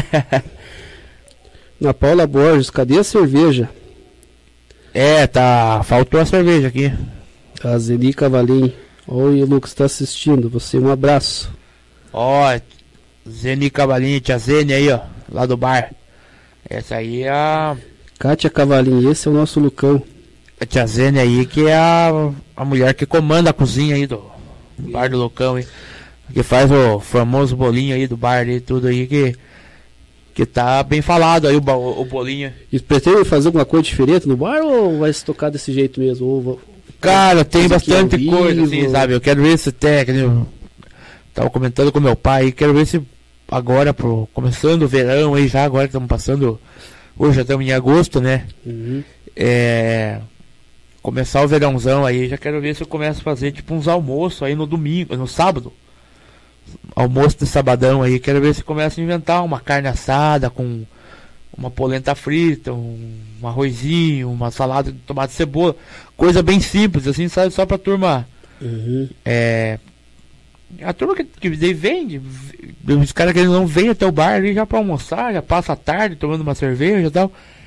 Na Paula Borges, cadê a cerveja? É, tá. Faltou a cerveja aqui. A Zeni Cavalim. Oi, Lucas, tá assistindo. Você, um abraço. Ó, Zeni Cavalim, tia Zeni aí, ó. Lá do bar. Essa aí é a. Kátia Cavalim, esse é o nosso Lucão. A tia Zeni aí, que é a, a mulher que comanda a cozinha aí do, do bar do Lucão, hein? Que faz o famoso bolinho aí do bar e tudo aí que. Que tá bem falado aí o, o, o bolinho. E pretende fazer alguma coisa diferente no bar ou vai se tocar desse jeito mesmo? Ou, cara, tem bastante coisa assim, sabe? Eu quero ver se até, eu tava comentando com meu pai, quero ver se agora, pro, começando o verão aí já, agora que estamos passando, hoje já estamos em agosto, né? Uhum. É, começar o verãozão aí, já quero ver se eu começo a fazer tipo uns almoços aí no domingo, no sábado. Almoço de sabadão aí, quero ver se começa a inventar uma carne assada com uma polenta frita, um, um arrozinho, uma salada de tomate e cebola, coisa bem simples, assim, sabe, só pra turma. Uhum. É, a turma que, que vende, os caras que não vêm até o bar ali já pra almoçar, já passa a tarde tomando uma cerveja e tal.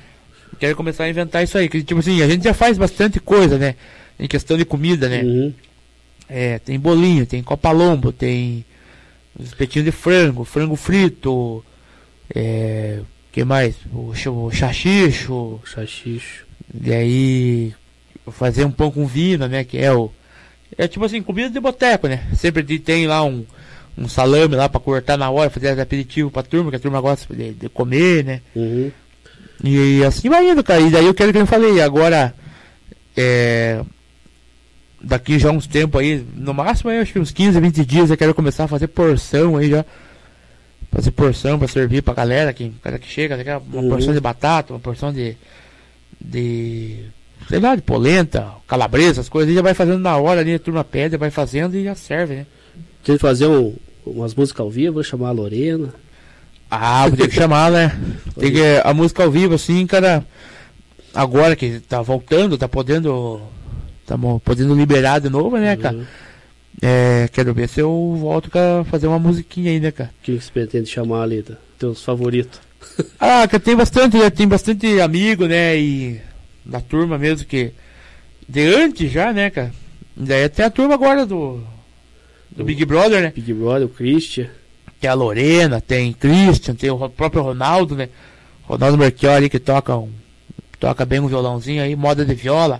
Quero começar a inventar isso aí. Que, tipo assim, a gente já faz bastante coisa, né? Em questão de comida, né? Uhum. É, tem bolinho, tem copa-lombo, tem os espetinhos de frango, frango frito, é, que mais? O, o xaxixo, Xaxixo. e aí fazer um pão com vina, né? Que é o... É tipo assim, comida de boteco, né? Sempre tem lá um, um salame lá pra cortar na hora, fazer aperitivo pra turma, que a turma gosta de, de comer, né? Uhum. E assim vai indo, cara. E daí eu quero que eu falei, agora é, daqui já uns tempos aí, no máximo aí, acho que uns quinze, vinte dias eu quero começar a fazer porção aí já. Fazer porção pra servir pra galera que, cara que chega, uma uhum. porção de batata, uma porção de. de. sei lá, de polenta, calabresa, as coisas, e já vai fazendo na hora ali, a turma pede, vai fazendo e já serve, né? Tem que fazer um, umas músicas ao vivo, vou chamar a Lorena. Ah, tem que chamar, né? Tem que, a música ao vivo, assim, cara, agora que tá voltando, tá podendo, tá podendo liberar de novo, né, cara? Uhum. É, quero ver se eu volto a fazer uma musiquinha aí, né, cara? O que você pretende chamar ali, tá? Teus favoritos? Ah, que tem bastante, tem bastante amigo, né, e da turma mesmo que, de antes já, né, cara? Daí tem a turma agora do, do Big Brother, né? Big Brother, o Christian. Tem a Lorena, tem Christian, tem o próprio Ronaldo, né? Ronaldo Merchiori que toca um, toca bem um violãozinho aí, moda de viola.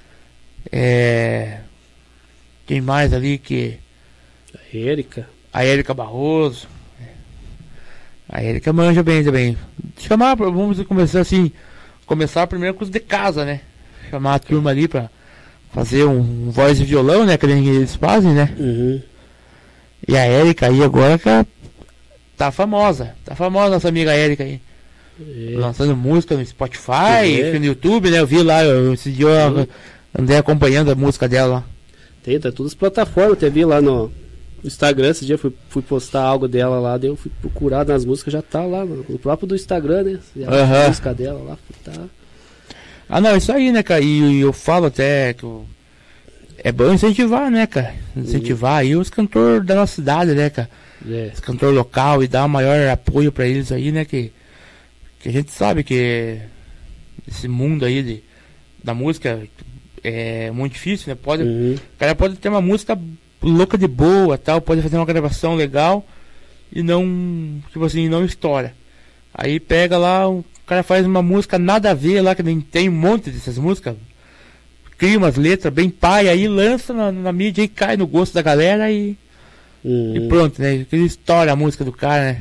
É... Quem mais ali que... A Érica. A Érica Barroso. A Érica manja bem também. Chamar, vamos começar assim, começar primeiro com os de casa, né? Chamar a turma ali pra fazer um, um voz e violão, né? Que eles fazem, né? Uhum. E a Érica aí agora que tá famosa. Tá famosa nossa amiga Érica aí. É. Lançando música no Spotify, é. no YouTube, né? Eu vi lá, eu, esse dia eu uhum. andei acompanhando a música dela lá. Tem, tá todas as plataformas, até vi lá no Instagram, esse dia eu fui, fui postar algo dela lá, daí eu fui procurar nas músicas, já tá lá no, no próprio do Instagram, né? Uhum. A música dela lá, tá. Ah não, isso aí, né, cara? E eu falo até que eu... é bom incentivar, né, cara? Incentivar uhum. aí os cantores da nossa cidade, né, cara? É. Os cantores local e dar um maior apoio pra eles aí, né? Que, que a gente sabe que esse mundo aí de, da música é muito difícil, né? Pode, uhum. O cara pode ter uma música louca de boa, tal, pode fazer uma gravação legal e não, tipo assim, não estoura. Aí pega lá, o cara faz uma música nada a ver lá, que nem tem um monte dessas músicas, cria umas letras bem pai, aí lança na, na mídia e cai no gosto da galera e, uhum. e pronto, né? Ele estoura a música do cara, né?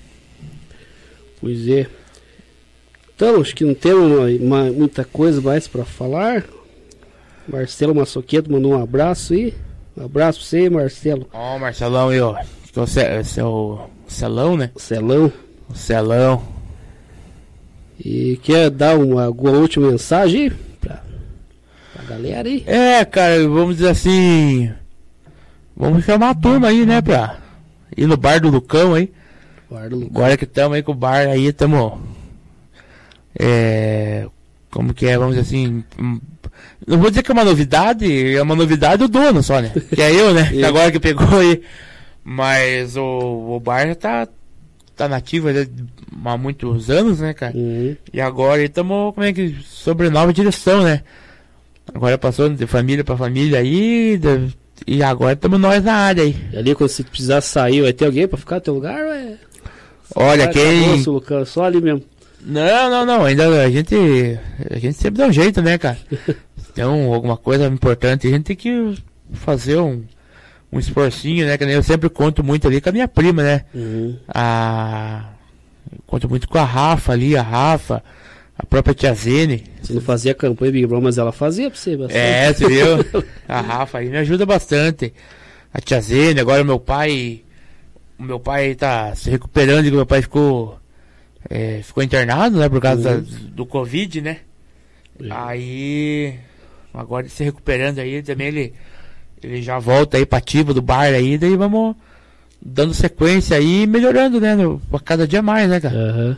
Pois é. Então, acho que não temos uma, uma, muita coisa mais pra falar. Marcelo Massoqueto mandou um abraço aí. Um abraço pra você, Marcelo. Ó, oh, Marcelão aí, ó. Esse é o Celão, né? O Celão. O Celão. E quer dar uma, alguma última mensagem pra, pra galera aí? É, cara, vamos dizer assim. Vamos chamar a turma aí, né, pra ir no bar do Lucão aí. Bar do Lucão. Agora que estamos aí com o bar aí, estamos. É. Como que é, vamos dizer assim. Não vou dizer que é uma novidade, é uma novidade o dono só, né? Que é eu, né? Que agora que pegou aí. Mas o, o bar já tá, tá nativo há muitos anos, né, cara? Uhum. E agora estamos, como é que, sobre nova direção, né? Agora passou de família pra família aí, de, e agora estamos nós na área aí. E ali, quando você precisar sair, vai ter alguém pra ficar no teu lugar, ou é... Olha, quem... Acabou, só ali mesmo. Não, não, não, ainda a gente, a gente sempre dá um jeito, né, cara? Então, alguma coisa importante, a gente tem que fazer um, um esforcinho, né? Que eu sempre conto muito ali com a minha prima, né? Uhum. A... Conto muito com a Rafa ali, a Rafa, a própria tia Zene. Você não fazia campanha Big Brother, mas ela fazia pra você bastante. É, você viu? A Rafa aí me ajuda bastante. A tia Zene, agora o meu pai, o meu pai tá se recuperando, e o meu pai ficou... É, ficou internado, né, por causa uhum. da, do Covid, né? Uhum. Aí, agora se recuperando aí, também ele, ele já volta aí pra ativa do bar aí, daí vamos dando sequência aí e melhorando, né, no, cada dia mais, né, cara? Uhum.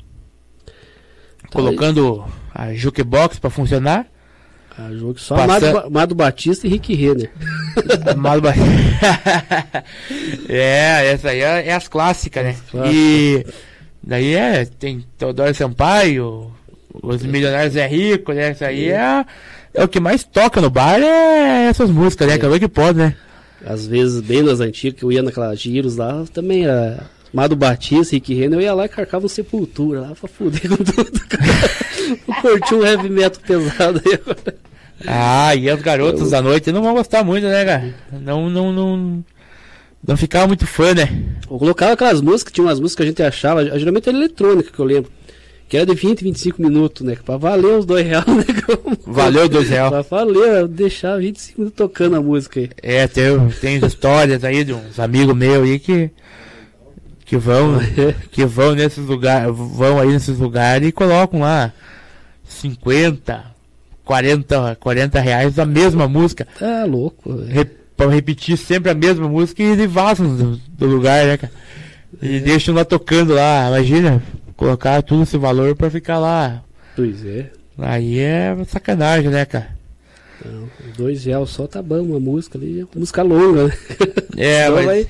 Colocando a jukebox pra funcionar. A juke só Passa... Amado, Amado Batista e Rick Renner. Amado Batista. É, essa aí é, é as clássicas, né? Clássica. E... Daí é, tem Teodoro Sampaio, os milionários é rico, né? Isso aí é, é o que mais toca no bar, é essas músicas, né? É. Acabou que pode, né? Às vezes, bem nas antigas, que eu ia naquelas giros lá, também era Mado Batista, Rick Renner, eu ia lá e carcava um Sepultura lá pra fuder com tudo, cara. Eu curti um heavy metal pesado aí agora. Ah, e os garotos eu... da noite não vão gostar muito, né, cara? Não, não, não... Não ficava muito fã, né? Eu colocava aquelas músicas, tinha umas músicas que a gente achava, geralmente era eletrônica que eu lembro, que era de vinte, vinte e cinco minutos, né? Pra valer os dois reais, né? Valeu dois reais. Pra valer, deixar vinte e cinco minutos tocando a música aí. É, tem, tem histórias aí de uns amigos meus aí que que vão, que vão nesses lugares, vão aí nesses lugares e colocam lá cinquenta, quarenta, quarenta reais da mesma música. Tá louco. Re- Pra repetir sempre a mesma música e eles vazam do, do lugar, né, cara? E é. Deixam lá tocando lá, imagina, colocar tudo esse valor pra ficar lá. Pois é. Aí é sacanagem, né, cara? Não, dois reais só tá bom, uma música ali, música longa, né? É, mas... Vai...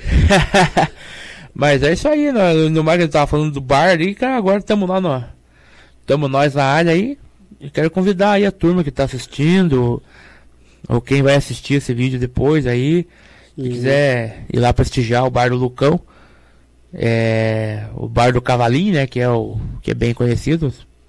mas é isso aí, no, no mais que eu tava falando do bar ali, cara, agora estamos lá no... Estamos nós na área aí, e quero convidar aí a turma que tá assistindo... Ou quem vai assistir esse vídeo depois aí, se uhum. quiser ir lá prestigiar o Bar do Lucão, é, o Bar do Cavalinho, né, que é o que é bem conhecido.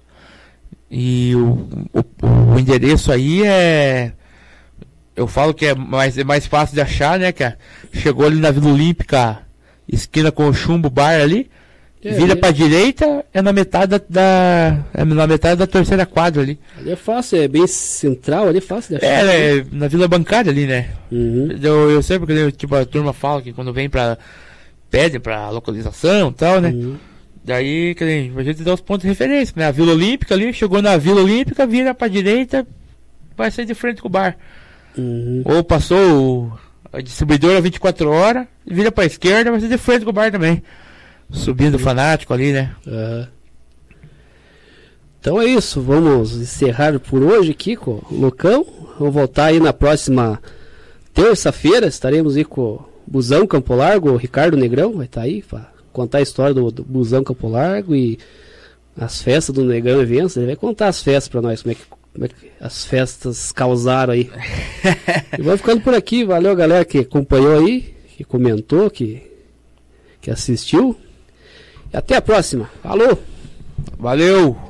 E o, o, o endereço aí é, eu falo que é mais, é mais fácil de achar, né, cara? Chegou ali na Vila Olímpica, esquina com o Chumbo Bar ali, é, vira é. pra direita, é na metade da, da é na metade da terceira quadra ali. Ali é fácil, é bem central, ali é fácil de achar. É, é na Vila Bancária ali, né? Uhum. Eu, eu sei porque tipo, a turma fala que quando vem pra, pede pra localização e tal, né? Uhum. Daí, que a gente dá os pontos de referência, né? A Vila Olímpica ali, chegou na Vila Olímpica, vira pra direita, vai sair de frente com o bar. Uhum. Ou passou o, a distribuidora vinte e quatro horas, vira pra esquerda, vai sair de frente com o bar também. Subindo fanático ali, né? Uhum. Então é isso, vamos encerrar por hoje aqui com o Lucão. Vamos voltar aí na próxima terça-feira, estaremos aí com o Busão Campo Largo, o Ricardo Negrão vai estar aí para contar a história do, do Busão Campo Largo e as festas do Negrão Eventos. Ele vai contar as festas para nós, como é, que, como é que as festas causaram aí. E vamos ficando por aqui, valeu galera que acompanhou aí, que comentou, que, que assistiu. E até a próxima. Falou! Valeu!